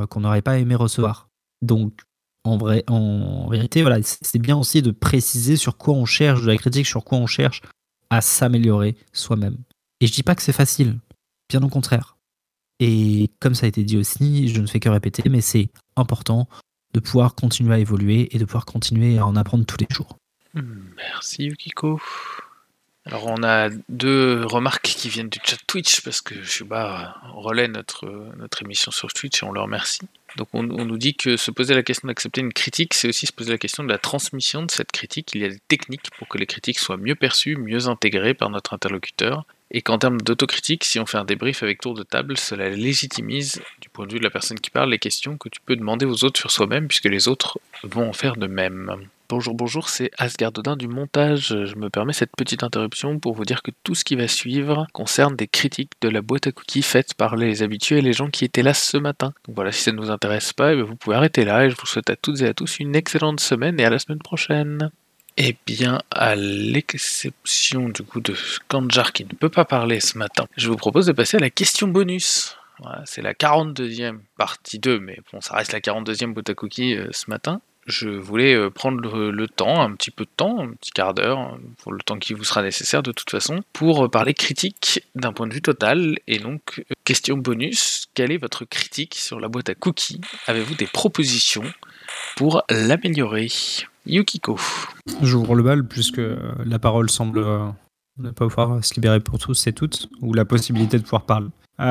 recevoir. Donc, en vérité, voilà, c'est bien aussi de préciser sur quoi on cherche de la critique, sur quoi on cherche à s'améliorer soi-même. Et je dis pas que c'est facile, bien au contraire. Et comme ça a été dit aussi, je ne fais que répéter, mais c'est important de pouvoir continuer à évoluer et de pouvoir continuer à en apprendre tous les jours. Merci Yukiko. Alors on a 2 remarques qui viennent du chat Twitch parce que Shuba relaie notre émission sur Twitch et on le remercie. Donc on nous dit que se poser la question d'accepter une critique, c'est aussi se poser la question de la transmission de cette critique. Il y a des techniques pour que les critiques soient mieux perçues, mieux intégrées par notre interlocuteur. Et qu'en termes d'autocritique, si on fait un débrief avec tour de table, cela légitimise, du point de vue de la personne qui parle, les questions que tu peux demander aux autres sur soi-même, puisque les autres vont en faire de même. Bonjour, c'est Asgard Odin du montage. Je me permets cette petite interruption pour vous dire que tout ce qui va suivre concerne des critiques de la boîte à cookies faites par les habitués et les gens qui étaient là ce matin. Donc voilà, si ça ne vous intéresse pas, vous pouvez arrêter là et je vous souhaite à toutes et à tous une excellente semaine et à la semaine prochaine. Eh bien, à l'exception du coup de Kanjar qui ne peut pas parler ce matin, je vous propose de passer à la question bonus. Voilà, c'est la 42e partie 2, mais bon, ça reste la 42e boîte à cookies ce matin. Je voulais prendre le temps, un petit peu de temps, un petit quart d'heure, pour le temps qui vous sera nécessaire de toute façon, pour parler critique d'un point de vue total. Et donc, question bonus, quelle est votre critique sur la boîte à cookies? Avez-vous des propositions pour l'améliorer? Yukiko. J'ouvre le bal puisque la parole semble ne pas pouvoir se libérer pour tous et toutes, ou la possibilité de pouvoir parler.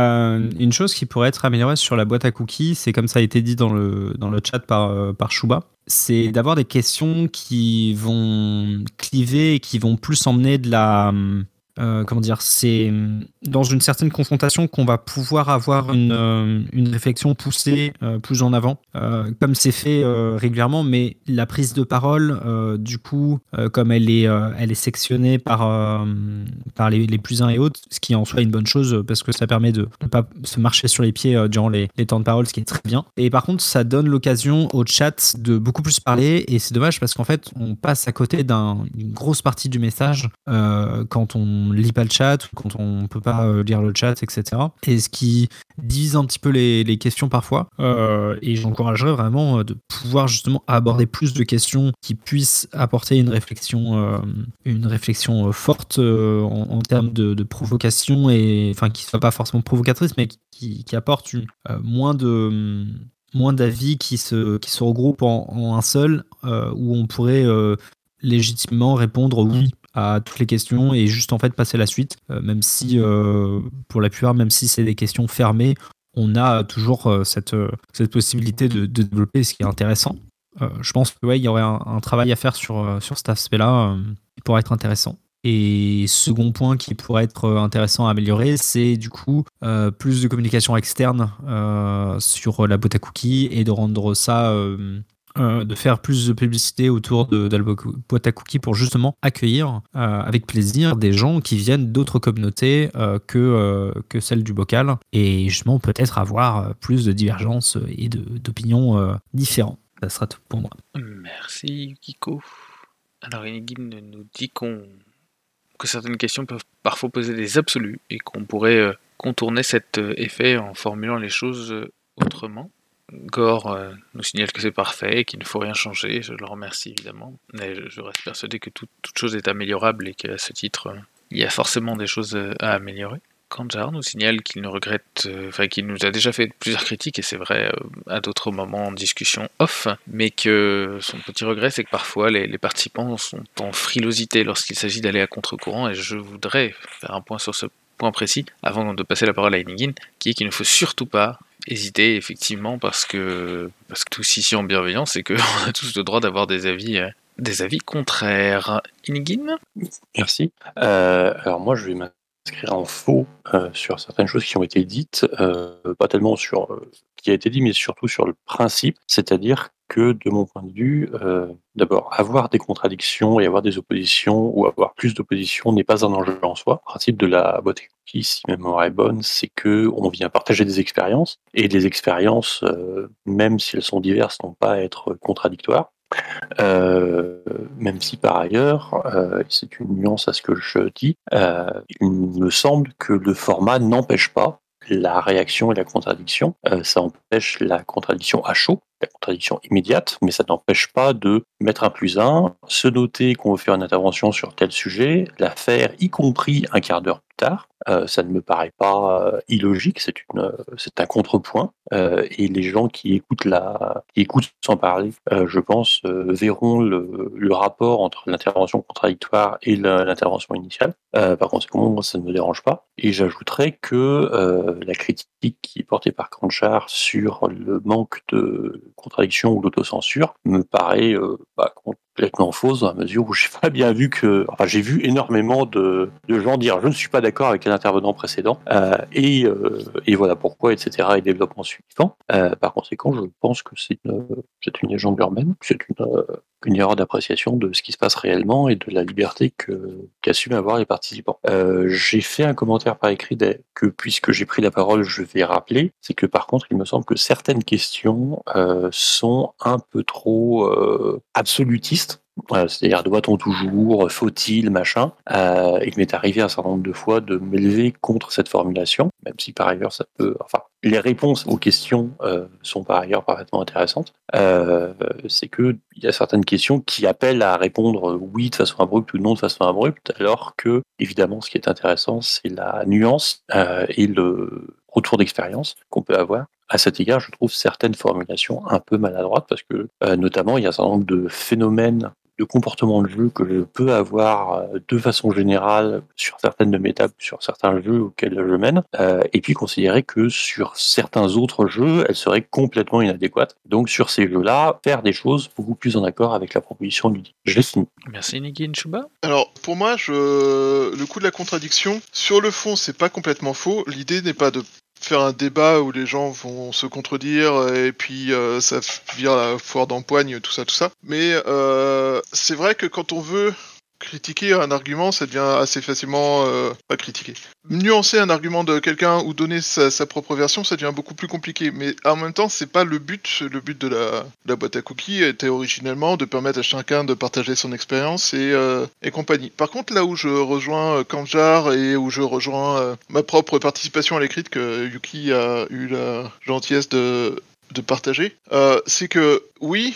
Une chose qui pourrait être améliorée sur la boîte à cookies, c'est comme ça a été dit dans le chat par Chouba, c'est d'avoir des questions qui vont cliver et qui vont plus emmener de la... c'est dans une certaine confrontation qu'on va pouvoir avoir une réflexion poussée plus en avant, comme c'est fait régulièrement, mais la prise de parole, du coup, comme elle est sectionnée par les plus uns et autres, ce qui en soi est une bonne chose parce que ça permet de ne pas se marcher sur les pieds durant les temps de parole, ce qui est très bien. Et par contre, ça donne l'occasion au chat de beaucoup plus parler et c'est dommage parce qu'en fait, on passe à côté d'une grosse partie du message quand on lit pas le chat ou quand on peut pas lire le chat, etc. Et ce qui divise un petit peu les questions parfois. Et j'encouragerais vraiment de pouvoir justement aborder plus de questions qui puissent apporter une réflexion forte en termes de provocation et enfin qui soit pas forcément provocatrice, mais qui apporte moins d'avis qui se regroupent en un seul, où on pourrait légitimement répondre oui à toutes les questions et juste en fait passer la suite, même si pour la plupart, même si c'est des questions fermées, on a toujours cette possibilité de développer, ce qui est intéressant. Je pense que il y aurait un travail à faire sur cet aspect-là qui pourrait être intéressant. Et second point qui pourrait être intéressant à améliorer, c'est du coup plus de communication externe sur la boîte à cookies et de rendre ça de faire plus de publicité autour de la boîte à cookies pour justement accueillir avec plaisir des gens qui viennent d'autres communautés que celle du bocal et justement peut-être avoir plus de divergences et d'opinions différentes. Ça sera tout pour moi. Merci Yukiko. Alors Inigine nous dit que certaines questions peuvent parfois poser des absolus et qu'on pourrait contourner cet effet en formulant les choses autrement. Gore nous signale que c'est parfait et qu'il ne faut rien changer, je le remercie évidemment, mais je reste persuadé que toute chose est améliorable et qu'à ce titre, il y a forcément des choses à améliorer. Kanjar nous signale qu'il ne regrette, qu'il nous a déjà fait plusieurs critiques, et c'est vrai à d'autres moments en discussion off, mais que son petit regret c'est que parfois les participants sont en frilosité lorsqu'il s'agit d'aller à contre-courant, et je voudrais faire un point sur ce point précis avant de passer la parole à Inigine, qui est qu'il ne faut surtout pas hésiter effectivement parce que tous ici en bienveillance, c'est qu'on a tous le droit d'avoir des avis contraires. Inigine ? Merci. Alors moi, je vais m'inscrire en faux sur certaines choses qui ont été dites, pas tellement sur ce qui a été dit, mais surtout sur le principe, c'est-à-dire que de mon point de vue, d'abord, avoir des contradictions et avoir des oppositions ou avoir plus d'oppositions n'est pas un enjeu en soi. Le principe de la boîte à cookies, si ma mémoire est bonne, c'est que on vient partager des expériences, et les expériences, même si elles sont diverses, n'ont pas à être contradictoires. Même si par ailleurs, c'est une nuance à ce que je dis, il me semble que le format n'empêche pas la réaction et la contradiction. Ça empêche la contradiction à chaud, la contradiction immédiate, mais ça n'empêche pas de mettre un +1, se noter qu'on veut faire une intervention sur tel sujet, la faire y compris un quart d'heure plus tard. Ça ne me paraît pas illogique, c'est un contrepoint, et les gens qui écoutent sans parler, je pense, verront le rapport entre l'intervention contradictoire et l'intervention initiale. Par conséquent, moi, ça ne me dérange pas. Et j'ajouterais que la critique qui est portée par Kanjar sur le manque de contradiction ou d'autocensure me paraît complètement fausse, dans la mesure où j'ai pas bien vu j'ai vu énormément de gens dire je ne suis pas d'accord avec l'intervenant précédent et voilà pourquoi, etc. et développement suivant. Par conséquent, je pense que c'est une légende urbaine, c'est une erreur d'appréciation de ce qui se passe réellement et de la liberté qu'assument avoir les participants. J'ai fait un commentaire par écrit que puisque j'ai pris la parole, je vais rappeler, c'est que par contre, il me semble que certaines questions sont un peu trop absolutistes. C'est-à-dire doit-on toujours, faut-il, machin. Il m'est arrivé un certain nombre de fois de m'élever contre cette formulation, même si par ailleurs ça peut. Enfin, les réponses aux questions sont par ailleurs parfaitement intéressantes. C'est que il y a certaines questions qui appellent à répondre oui de façon abrupte ou non de façon abrupte, alors que évidemment ce qui est intéressant c'est la nuance et le retour d'expérience qu'on peut avoir. À cet égard, je trouve certaines formulations un peu maladroites parce que, notamment, il y a un certain nombre de phénomènes de comportement de jeu que je peux avoir de façon générale sur certaines de mes tables, sur certains jeux auxquels je mène, et puis considérer que sur certains autres jeux, elles seraient complètement inadéquates. Donc sur ces jeux-là, faire des choses beaucoup plus en accord avec la proposition ludique. Je l'ai fini. Merci Nigine Chouba. Alors, pour moi, le coup de la contradiction, sur le fond, c'est pas complètement faux. L'idée n'est pas de faire un débat où les gens vont se contredire et puis ça vire la foire d'empoigne, tout ça. Mais c'est vrai que quand on veut critiquer un argument, ça devient assez facilement pas critiquer. Nuancer un argument de quelqu'un ou donner sa propre version, ça devient beaucoup plus compliqué. Mais en même temps, c'est pas le but. Le but de la boîte à cookies était originellement de permettre à chacun de partager son expérience et compagnie. Par contre, là où je rejoins Kanjar et où je rejoins ma propre participation à l'écrit que Yuki a eu la gentillesse de partager, c'est que oui,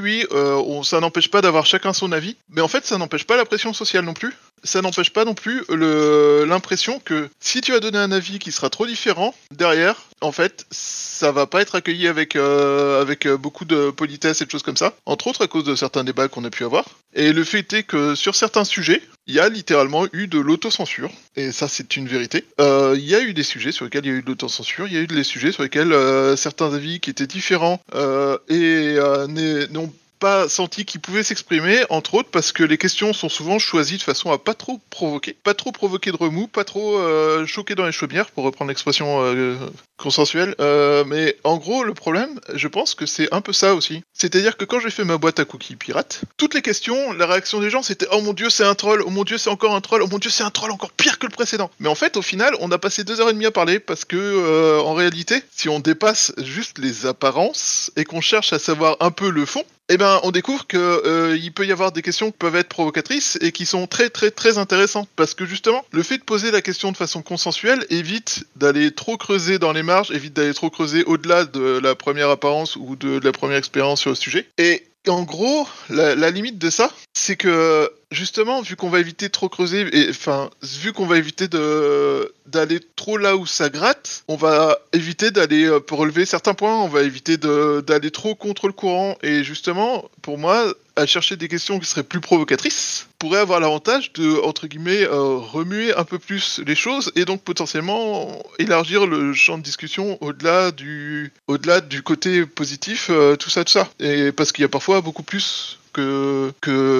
ça n'empêche pas d'avoir chacun son avis, mais en fait ça n'empêche pas la pression sociale non plus. Ça n'empêche pas non plus l'impression que si tu as donné un avis qui sera trop différent, derrière, en fait, ça va pas être accueilli avec beaucoup de politesse et de choses comme ça, entre autres à cause de certains débats qu'on a pu avoir. Et le fait est que sur certains sujets, il y a littéralement eu de l'autocensure, et ça c'est une vérité. Il y a eu des sujets sur lesquels il y a eu de l'autocensure, il y a eu des sujets sur lesquels certains avis qui étaient différents n'ont pas senti qu'il pouvait s'exprimer, entre autres parce que les questions sont souvent choisies de façon à pas trop provoquer de remous, pas trop choquer dans les chaumières, pour reprendre l'expression consensuelle. Mais en gros, le problème, je pense que c'est un peu ça aussi. C'est-à-dire que quand j'ai fait ma boîte à cookies pirate, toutes les questions, la réaction des gens, c'était « Oh mon Dieu, c'est un troll, oh mon Dieu, c'est encore un troll, oh mon Dieu, c'est un troll encore pire que le précédent ». Mais en fait, au final, on a passé 2h30 à parler parce que, en réalité, si on dépasse juste les apparences et qu'on cherche à savoir un peu le fond, eh ben, on découvre que il peut y avoir des questions qui peuvent être provocatrices et qui sont très très très intéressantes parce que justement, le fait de poser la question de façon consensuelle évite d'aller trop creuser dans les marges, évite d'aller trop creuser au-delà de la première apparence ou de la première expérience sur le sujet. Et en gros, la limite de ça, c'est que justement, vu qu'on va éviter de trop creuser, vu qu'on va éviter d'aller trop là où ça gratte, on va éviter d'aller, pour relever certains points, on va éviter d'aller trop contre le courant. Et justement, pour moi, à chercher des questions qui seraient plus provocatrices, pourrait avoir l'avantage de, entre guillemets, remuer un peu plus les choses et donc potentiellement élargir le champ de discussion au-delà du côté positif, tout ça. Et parce qu'il y a parfois beaucoup plus que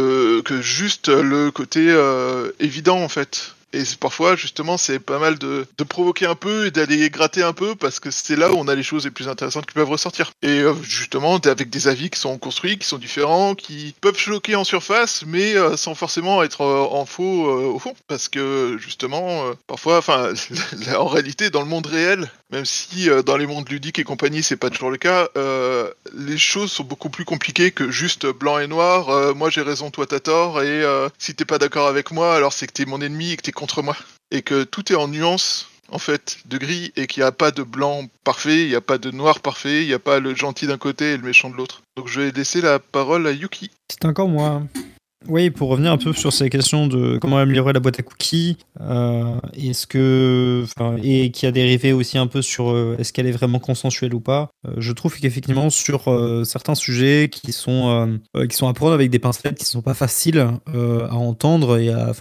juste le côté évident en fait. Et parfois, justement, c'est pas mal de provoquer un peu et d'aller gratter un peu parce que c'est là où on a les choses les plus intéressantes qui peuvent ressortir. Et justement, avec des avis qui sont construits, qui sont différents, qui peuvent choquer en surface, mais sans forcément être en faux au fond. Parce que, justement, parfois, en réalité, dans le monde réel, même si dans les mondes ludiques et compagnie, c'est pas toujours le cas, les choses sont beaucoup plus compliquées que juste blanc et noir, moi j'ai raison, toi t'as tort, et si t'es pas d'accord avec moi, alors c'est que t'es mon ennemi et que t'es contre moi. Et que tout est en nuances, en fait, de gris, et qu'il n'y a pas de blanc parfait, il n'y a pas de noir parfait, il n'y a pas le gentil d'un côté et le méchant de l'autre. Donc je vais laisser la parole à Yuki. C'est encore moi. Oui, pour revenir un peu sur ces questions de comment améliorer la boîte à cookies, et qui a dérivé aussi un peu sur est-ce qu'elle est vraiment consensuelle ou pas. Je trouve qu'effectivement sur certains sujets qui sont à prendre avec des pincettes, qui sont pas faciles à entendre et à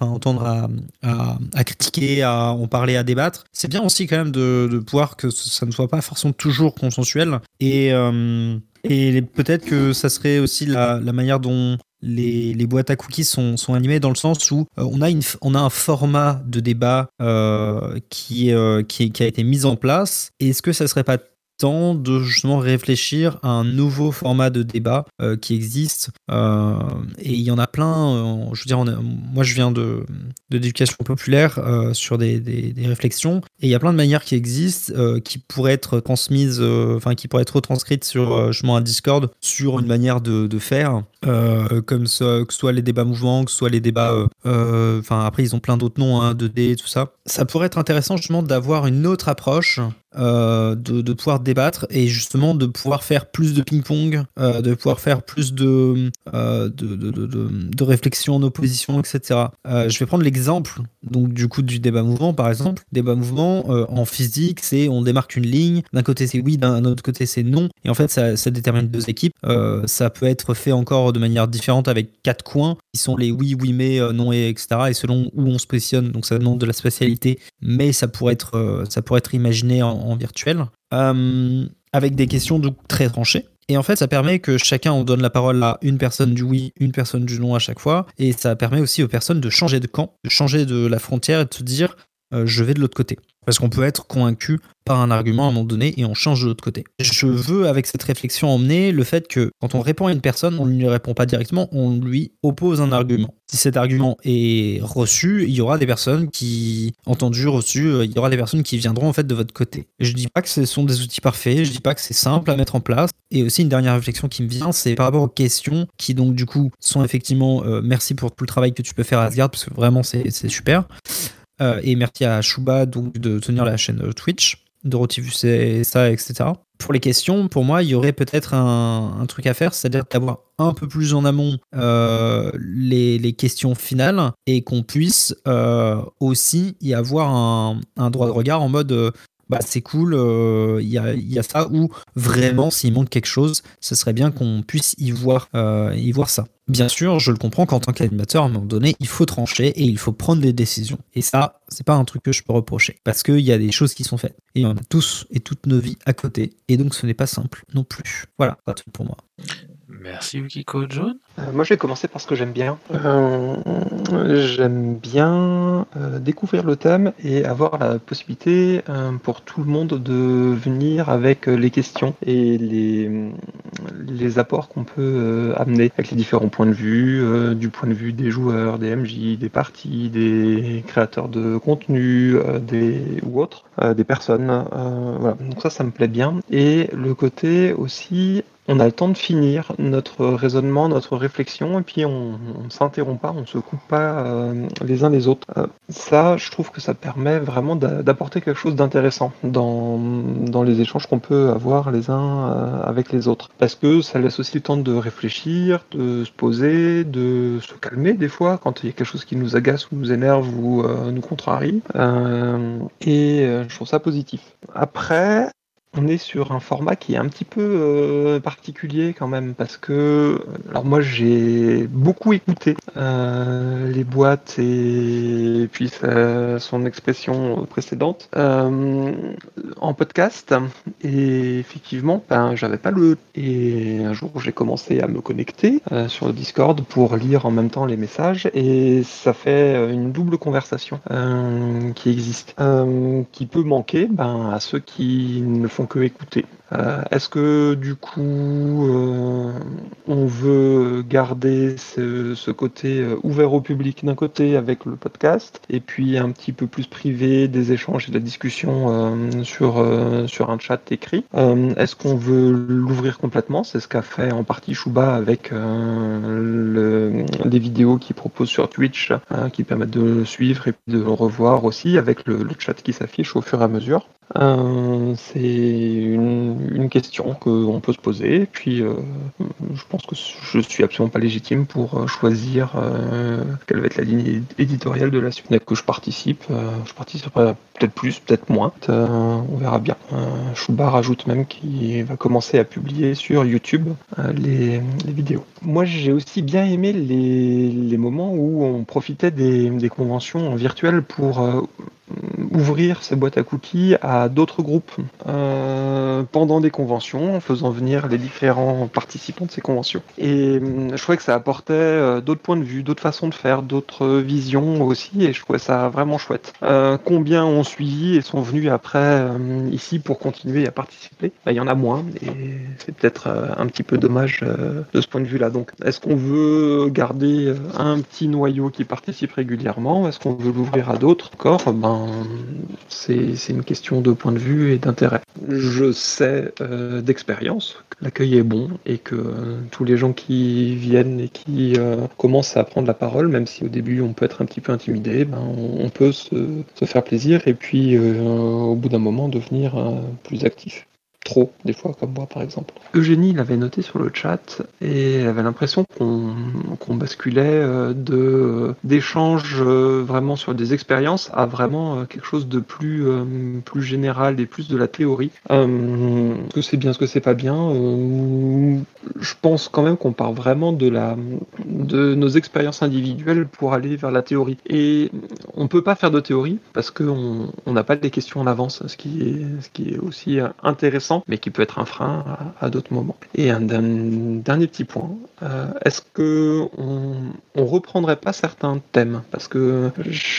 critiquer, à en parler, à débattre. C'est bien aussi quand même de pouvoir que ça ne soit pas forcément toujours consensuel et peut-être que ça serait aussi la manière dont les boîtes à cookies sont animées dans le sens où on a un format de débat qui a été mis en place. Est-ce que ça serait pas temps de justement réfléchir à un nouveau format de débat qui existe et il y en a plein. Je veux dire, moi je viens de d'éducation populaire sur des réflexions et il y a plein de manières qui existent qui pourraient être transmises, qui pourraient être retranscrites sur justement un Discord sur une manière de faire comme ça, que ce soit les débats mouvements, que ce soit les débats après ils ont plein d'autres noms, 2D, tout ça. Ça pourrait être intéressant justement d'avoir une autre approche, de pouvoir débattre et justement de pouvoir faire plus de ping-pong, de pouvoir faire plus de réflexion en opposition, etc. Je vais prendre l'exemple donc du coup du débat mouvement par exemple. Débat mouvement en physique, c'est on démarque une ligne, d'un côté c'est oui, d'un autre côté c'est non, et en fait ça détermine deux équipes. Ça peut être fait encore de manière différente avec 4 coins qui sont les oui mais non et etc. et selon où on se positionne, donc ça demande de la spatialité, mais ça pourrait être imaginé en virtuel, avec des questions donc très tranchées. Et en fait, ça permet que chacun on donne la parole à une personne du oui, une personne du non à chaque fois. Et ça permet aussi aux personnes de changer de camp, de changer de la frontière et de se dire je vais de l'autre côté. Parce qu'on peut être convaincu par un argument à un moment donné et on change de l'autre côté. Je veux avec cette réflexion emmener le fait que quand on répond à une personne, on ne lui répond pas directement, on lui oppose un argument. Si cet argument est reçu, il y aura des personnes qui, entendues, reçues, il y aura des personnes qui viendront en fait de votre côté. Je dis pas que ce sont des outils parfaits, je dis pas que c'est simple à mettre en place. Et aussi une dernière réflexion qui me vient, c'est par rapport aux questions qui donc du coup sont effectivement merci pour tout le travail que tu peux faire à Asgard parce que vraiment c'est super. Et merci à Shuba donc de tenir la chaîne Twitch, de Rotivus ça, etc. Pour les questions, pour moi, il y aurait peut-être un truc à faire, c'est-à-dire d'avoir un peu plus en amont les questions finales et qu'on puisse aussi y avoir un droit de regard en mode c'est cool, il y a ça, ou vraiment s'il manque quelque chose, ce serait bien qu'on puisse y voir ça. Bien sûr, je le comprends qu'en tant qu'animateur, à un moment donné, il faut trancher et il faut prendre des décisions. Et ça, c'est pas un truc que je peux reprocher. Parce qu'il y a des choses qui sont faites. Et on a tous et toutes nos vies à côté. Et donc, ce n'est pas simple non plus. Voilà, pas tout pour moi. Merci Yukiko. John. Moi, je vais commencer par ce que j'aime bien. J'aime bien découvrir le thème et avoir la possibilité pour tout le monde de venir avec les questions et les apports qu'on peut amener avec les différents points de vue, du point de vue des joueurs, des MJ, des parties, des créateurs de contenu, ou autres, des personnes. Voilà. Donc ça me plaît bien. Et le côté aussi, on a le temps de finir notre raisonnement, notre réflexion, et puis on ne s'interrompt pas, on ne se coupe pas les uns les autres. Ça, je trouve que ça permet vraiment d'apporter quelque chose d'intéressant dans les échanges qu'on peut avoir les uns avec les autres. Parce que ça laisse aussi le temps de réfléchir, de se poser, de se calmer des fois quand il y a quelque chose qui nous agace ou nous énerve ou nous contrarie. Je trouve ça positif. Après, on est sur un format qui est un petit peu particulier quand même parce que, alors moi j'ai beaucoup écouté les boîtes et puis son expression précédente en podcast et effectivement j'avais pas et un jour j'ai commencé à me connecter sur le Discord pour lire en même temps les messages et ça fait une double conversation qui existe qui peut manquer à ceux qui ne font que écouter. Est-ce que du coup on veut garder ce côté ouvert au public d'un côté avec le podcast et puis un petit peu plus privé des échanges et de la discussion sur un chat écrit? Est-ce qu'on veut l'ouvrir complètement? C'est ce qu'a fait en partie Chouba avec des vidéos qu'il propose sur Twitch qui permettent de le suivre et de le revoir aussi avec le chat qui s'affiche au fur et à mesure. C'est une question qu'on peut se poser. Et puis, je pense que je suis absolument pas légitime pour choisir quelle va être la ligne éditoriale de la suite. Que je participerai peut-être plus, peut-être moins. On verra bien. Chouba rajoute même qu'il va commencer à publier sur YouTube les vidéos. Moi, j'ai aussi bien aimé les moments où on profitait des conventions virtuelles pour ouvrir ces boîtes à cookies à d'autres groupes pendant des conventions, en faisant venir les différents participants de ces conventions. Et je trouvais que ça apportait d'autres points de vue, d'autres façons de faire, d'autres visions aussi, et je trouvais ça vraiment chouette. Combien ont suivi et sont venus après ici pour continuer à participer? Il y en a moins, et c'est peut-être un petit peu dommage de ce point de vue-là. Donc, est-ce qu'on veut garder un petit noyau qui participe régulièrement? Est-ce qu'on veut l'ouvrir à d'autres? Encore, c'est une question de point de vue et d'intérêt. Je sais d'expérience que l'accueil est bon et que tous les gens qui viennent et qui commencent à prendre la parole, même si au début on peut être un petit peu intimidé, on peut se faire plaisir et puis au bout d'un moment devenir plus actif. Trop, des fois, comme moi par exemple. Eugénie l'avait noté sur le chat et elle avait l'impression qu'on basculait d'échanges vraiment sur des expériences à vraiment quelque chose de plus général et plus de la théorie. Ce que c'est bien, ce que c'est pas bien. Je pense quand même qu'on part vraiment de nos expériences individuelles pour aller vers la théorie. Et on peut pas faire de théorie parce qu'on n'a pas des questions en avance, ce qui est aussi intéressant, mais qui peut être un frein à d'autres moments. Et un dernier petit point, est-ce que on reprendrait pas certains thèmes? Parce que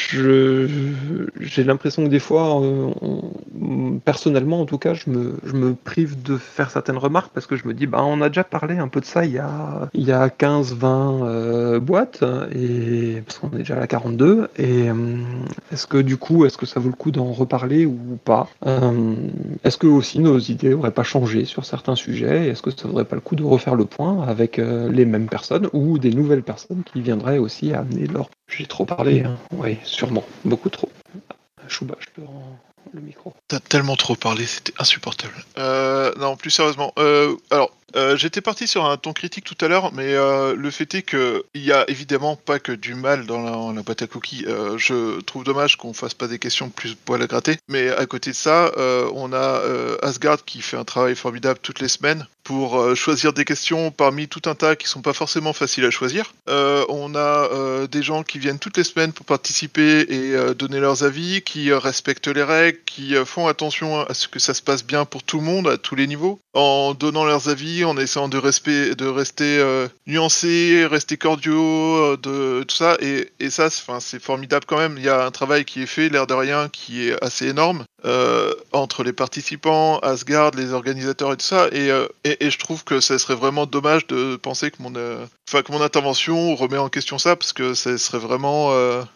j'ai l'impression que des fois, personnellement en tout cas, je me prive de faire certaines remarques parce que je me dis, on a déjà parlé un peu de ça il y a 15-20 boîtes, et parce qu'on est déjà à la 42, et est-ce que ça vaut le coup d'en reparler ou pas? Est-ce que aussi nos idées n'auraient pas changé sur certains sujets? Est-ce que ça vaudrait pas le coup de refaire le point avec les mêmes personnes ou des nouvelles personnes qui viendraient aussi à amener leur... J'ai trop parlé, hein. Oui, sûrement, beaucoup trop. Chouba, je te rends le micro. T'as tellement trop parlé, c'était insupportable. Non, plus sérieusement. J'étais parti sur un ton critique tout à l'heure, mais le fait est que il y a évidemment pas que du mal dans la boîte à cookies. Je trouve dommage qu'on fasse pas des questions plus poil à gratter. Mais à côté de ça, on a Asgard qui fait un travail formidable toutes les semaines pour choisir des questions parmi tout un tas qui sont pas forcément faciles à choisir. On a des gens qui viennent toutes les semaines pour participer et donner leurs avis, qui respectent les règles, qui font attention à ce que ça se passe bien pour tout le monde, à tous les niveaux, en donnant leurs avis, dit, en essayant de rester nuancé, rester cordiaux, de tout ça, et ça, c'est formidable quand même. Il y a un travail qui est fait, l'air de rien, qui est assez énorme, entre les participants, Asgard, les organisateurs et tout ça, et je trouve que ça serait vraiment dommage de penser que mon intervention remet en question ça, parce que ça serait vraiment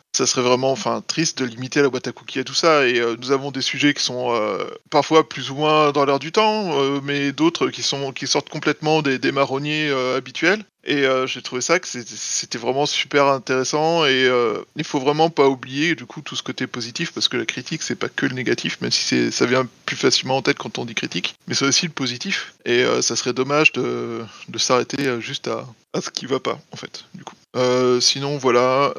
triste de limiter la boîte à cookies et tout ça, et nous avons des sujets qui sont parfois plus ou moins dans l'air du temps, mais d'autres qui sortent complètement des marronniers habituels, et j'ai trouvé ça que c'était vraiment super intéressant, et il faut vraiment pas oublier du coup tout ce côté positif, parce que la critique c'est pas que le négatif, même si ça vient plus facilement en tête quand on dit critique, mais c'est aussi le positif, et ça serait dommage de s'arrêter juste à ce qui va pas en fait du coup. Sinon voilà,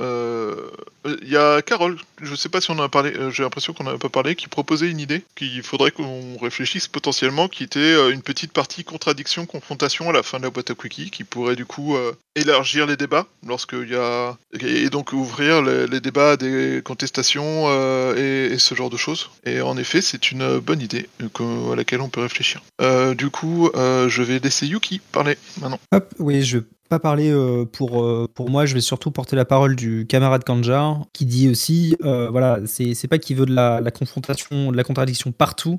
il y a Carole, je sais pas si on en a parlé, j'ai l'impression qu'on en a pas parlé, qui proposait une idée qu'il faudrait qu'on réfléchisse potentiellement, qui était une petite partie contradiction-confrontation à la fin de la boîte à cookies, qui pourrait du coup élargir les débats lorsqu'il y a, et donc ouvrir les débats à des contestations et ce genre de choses. Et en effet, c'est une bonne idée à laquelle on peut réfléchir. Du coup, je vais laisser Yuki parler maintenant. Hop, oui, je vais pas parler pour moi, je vais surtout porter la parole du camarade Kanjar qui dit aussi, voilà, c'est pas qu'il veut de la confrontation, de la contradiction partout,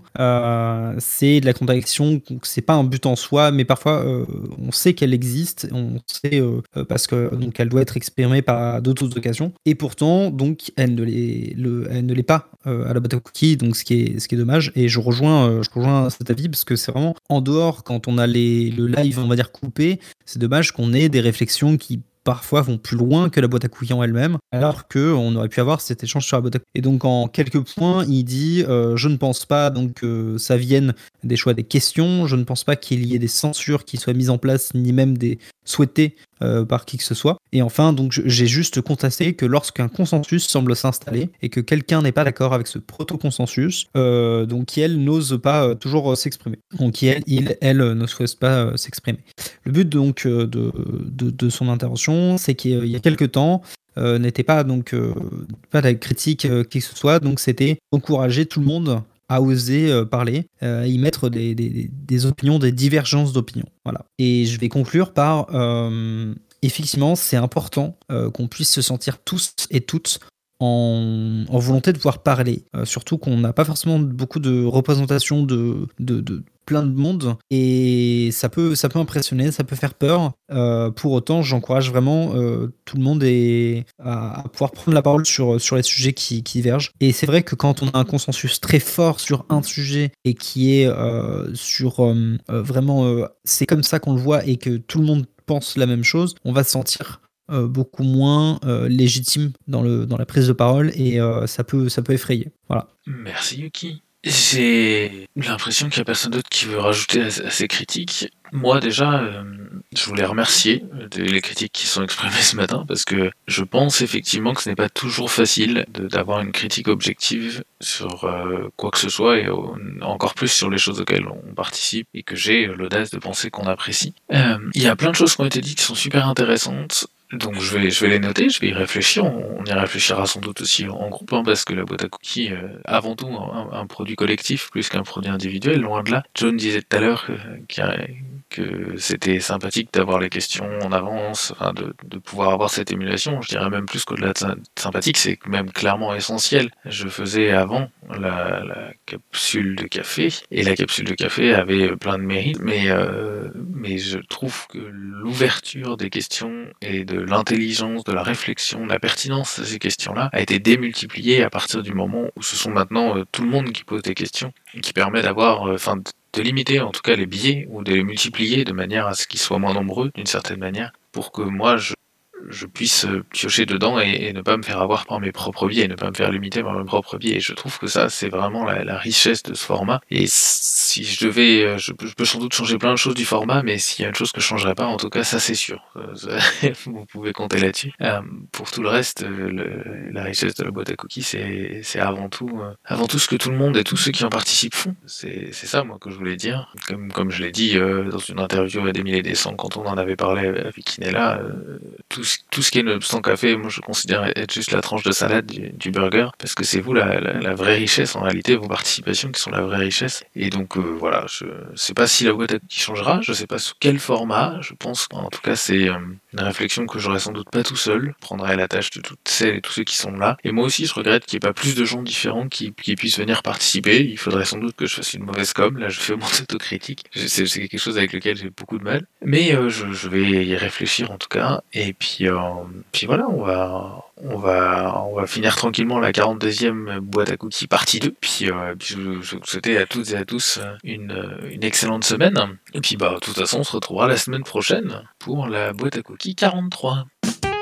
c'est de la contradiction, c'est pas un but en soi, mais parfois on sait qu'elle existe, on sait parce que donc elle doit être exprimée par d'autres occasions, et pourtant donc elle ne l'est pas à la boîte à cookies, donc ce qui est dommage, et je rejoins cet avis parce que c'est vraiment en dehors, quand on a le live on va dire coupé, c'est dommage qu'on ait des réflexions qui parfois vont plus loin que la boîte à cookies en elle-même, alors qu'on aurait pu avoir cet échange sur la boîte à cookies. Et donc en quelques points, il dit je ne pense pas donc que ça vienne des choix des questions, je ne pense pas qu'il y ait des censures qui soient mises en place, ni même des souhaitées par qui que ce soit. Et enfin, donc j'ai juste constaté que lorsqu'un consensus semble s'installer et que quelqu'un n'est pas d'accord avec ce proto-consensus, donc elle n'ose pas toujours s'exprimer. Donc elle ne souhaite pas s'exprimer. Le but donc de son intervention, c'est qu'il y a quelques temps, n'était pas donc pas de la critique qui que ce soit, donc c'était encourager tout le monde à oser parler, y mettre des opinions, des divergences d'opinions. Voilà. Et je vais conclure par effectivement, c'est important qu'on puisse se sentir tous et toutes en volonté de pouvoir parler, surtout qu'on n'a pas forcément beaucoup de représentation de plein de monde, et ça peut impressionner, ça peut faire peur. Pour autant, j'encourage vraiment tout le monde à pouvoir prendre la parole sur les sujets qui divergent. Et c'est vrai que quand on a un consensus très fort sur un sujet et qui est vraiment c'est comme ça qu'on le voit et que tout le monde pense la même chose, on va se sentir beaucoup moins légitime dans la prise de parole, et ça peut effrayer. Voilà. Merci Yuki. J'ai l'impression qu'il n'y a personne d'autre qui veut rajouter à ces critiques. Moi déjà, je voulais remercier les critiques qui sont exprimées ce matin, parce que je pense effectivement que ce n'est pas toujours facile d'avoir une critique objective sur quoi que ce soit, et encore plus sur les choses auxquelles on participe et que j'ai l'audace de penser qu'on apprécie. Il y a plein de choses qui ont été dites qui sont super intéressantes. Donc je vais les noter, je vais y réfléchir, on y réfléchira sans doute aussi en groupe, hein, parce que la boîte à cookies, avant tout un produit collectif plus qu'un produit individuel, loin de là. John disait tout à l'heure que c'était sympathique d'avoir les questions en avance, enfin de pouvoir avoir cette émulation. Je dirais même plus qu'au-delà de sympathique, c'est même clairement essentiel. Je faisais avant la capsule de café, et la capsule de café avait plein de mérites, mais je trouve que l'ouverture des questions et de l'intelligence, de la réflexion, de la pertinence de ces questions-là a été démultipliée à partir du moment où ce sont maintenant tout le monde qui pose des questions, et qui permet d'avoir, de limiter en tout cas les biais, ou de les multiplier de manière à ce qu'ils soient moins nombreux d'une certaine manière, pour que moi je puisse piocher dedans et ne pas me faire avoir par mes propres biais, ne pas me faire limiter par mes propres biais. Et je trouve que ça, c'est vraiment la richesse de ce format. Et si je devais, je peux sans doute changer plein de choses du format, mais s'il y a une chose que je changerais pas, en tout cas, ça c'est sûr. Vous pouvez compter là-dessus. Pour tout le reste, la richesse de la boîte à cookies, c'est avant tout ce que tout le monde et tous ceux qui en participent font. C'est ça, moi, que je voulais dire. Comme je l'ai dit dans une interview à des milliers des cents quand on en avait parlé avec Kinella, tout ce tout ce qui est sans café, moi je considère être juste la tranche de salade du burger, parce que c'est vous la vraie richesse en réalité, vos participations qui sont la vraie richesse. Et donc voilà, je sais pas si la boîte à cookies changera, je sais pas sous quel format, je pense en tout cas c'est une réflexion que j'aurai sans doute pas tout seul, je prendrai la tâche de toutes celles et tous ceux qui sont là. Et moi aussi je regrette qu'il n'y ait pas plus de gens différents qui puissent venir participer, il faudrait sans doute que je fasse une mauvaise com, là je fais mon autocritique, c'est quelque chose avec lequel j'ai beaucoup de mal, mais je vais y réfléchir en tout cas, et puis voilà, on va finir tranquillement la 42e boîte à cookies partie 2, puis je vous souhaite à toutes et à tous une excellente semaine, et puis de toute façon on se retrouvera la semaine prochaine pour la boîte à cookies 43.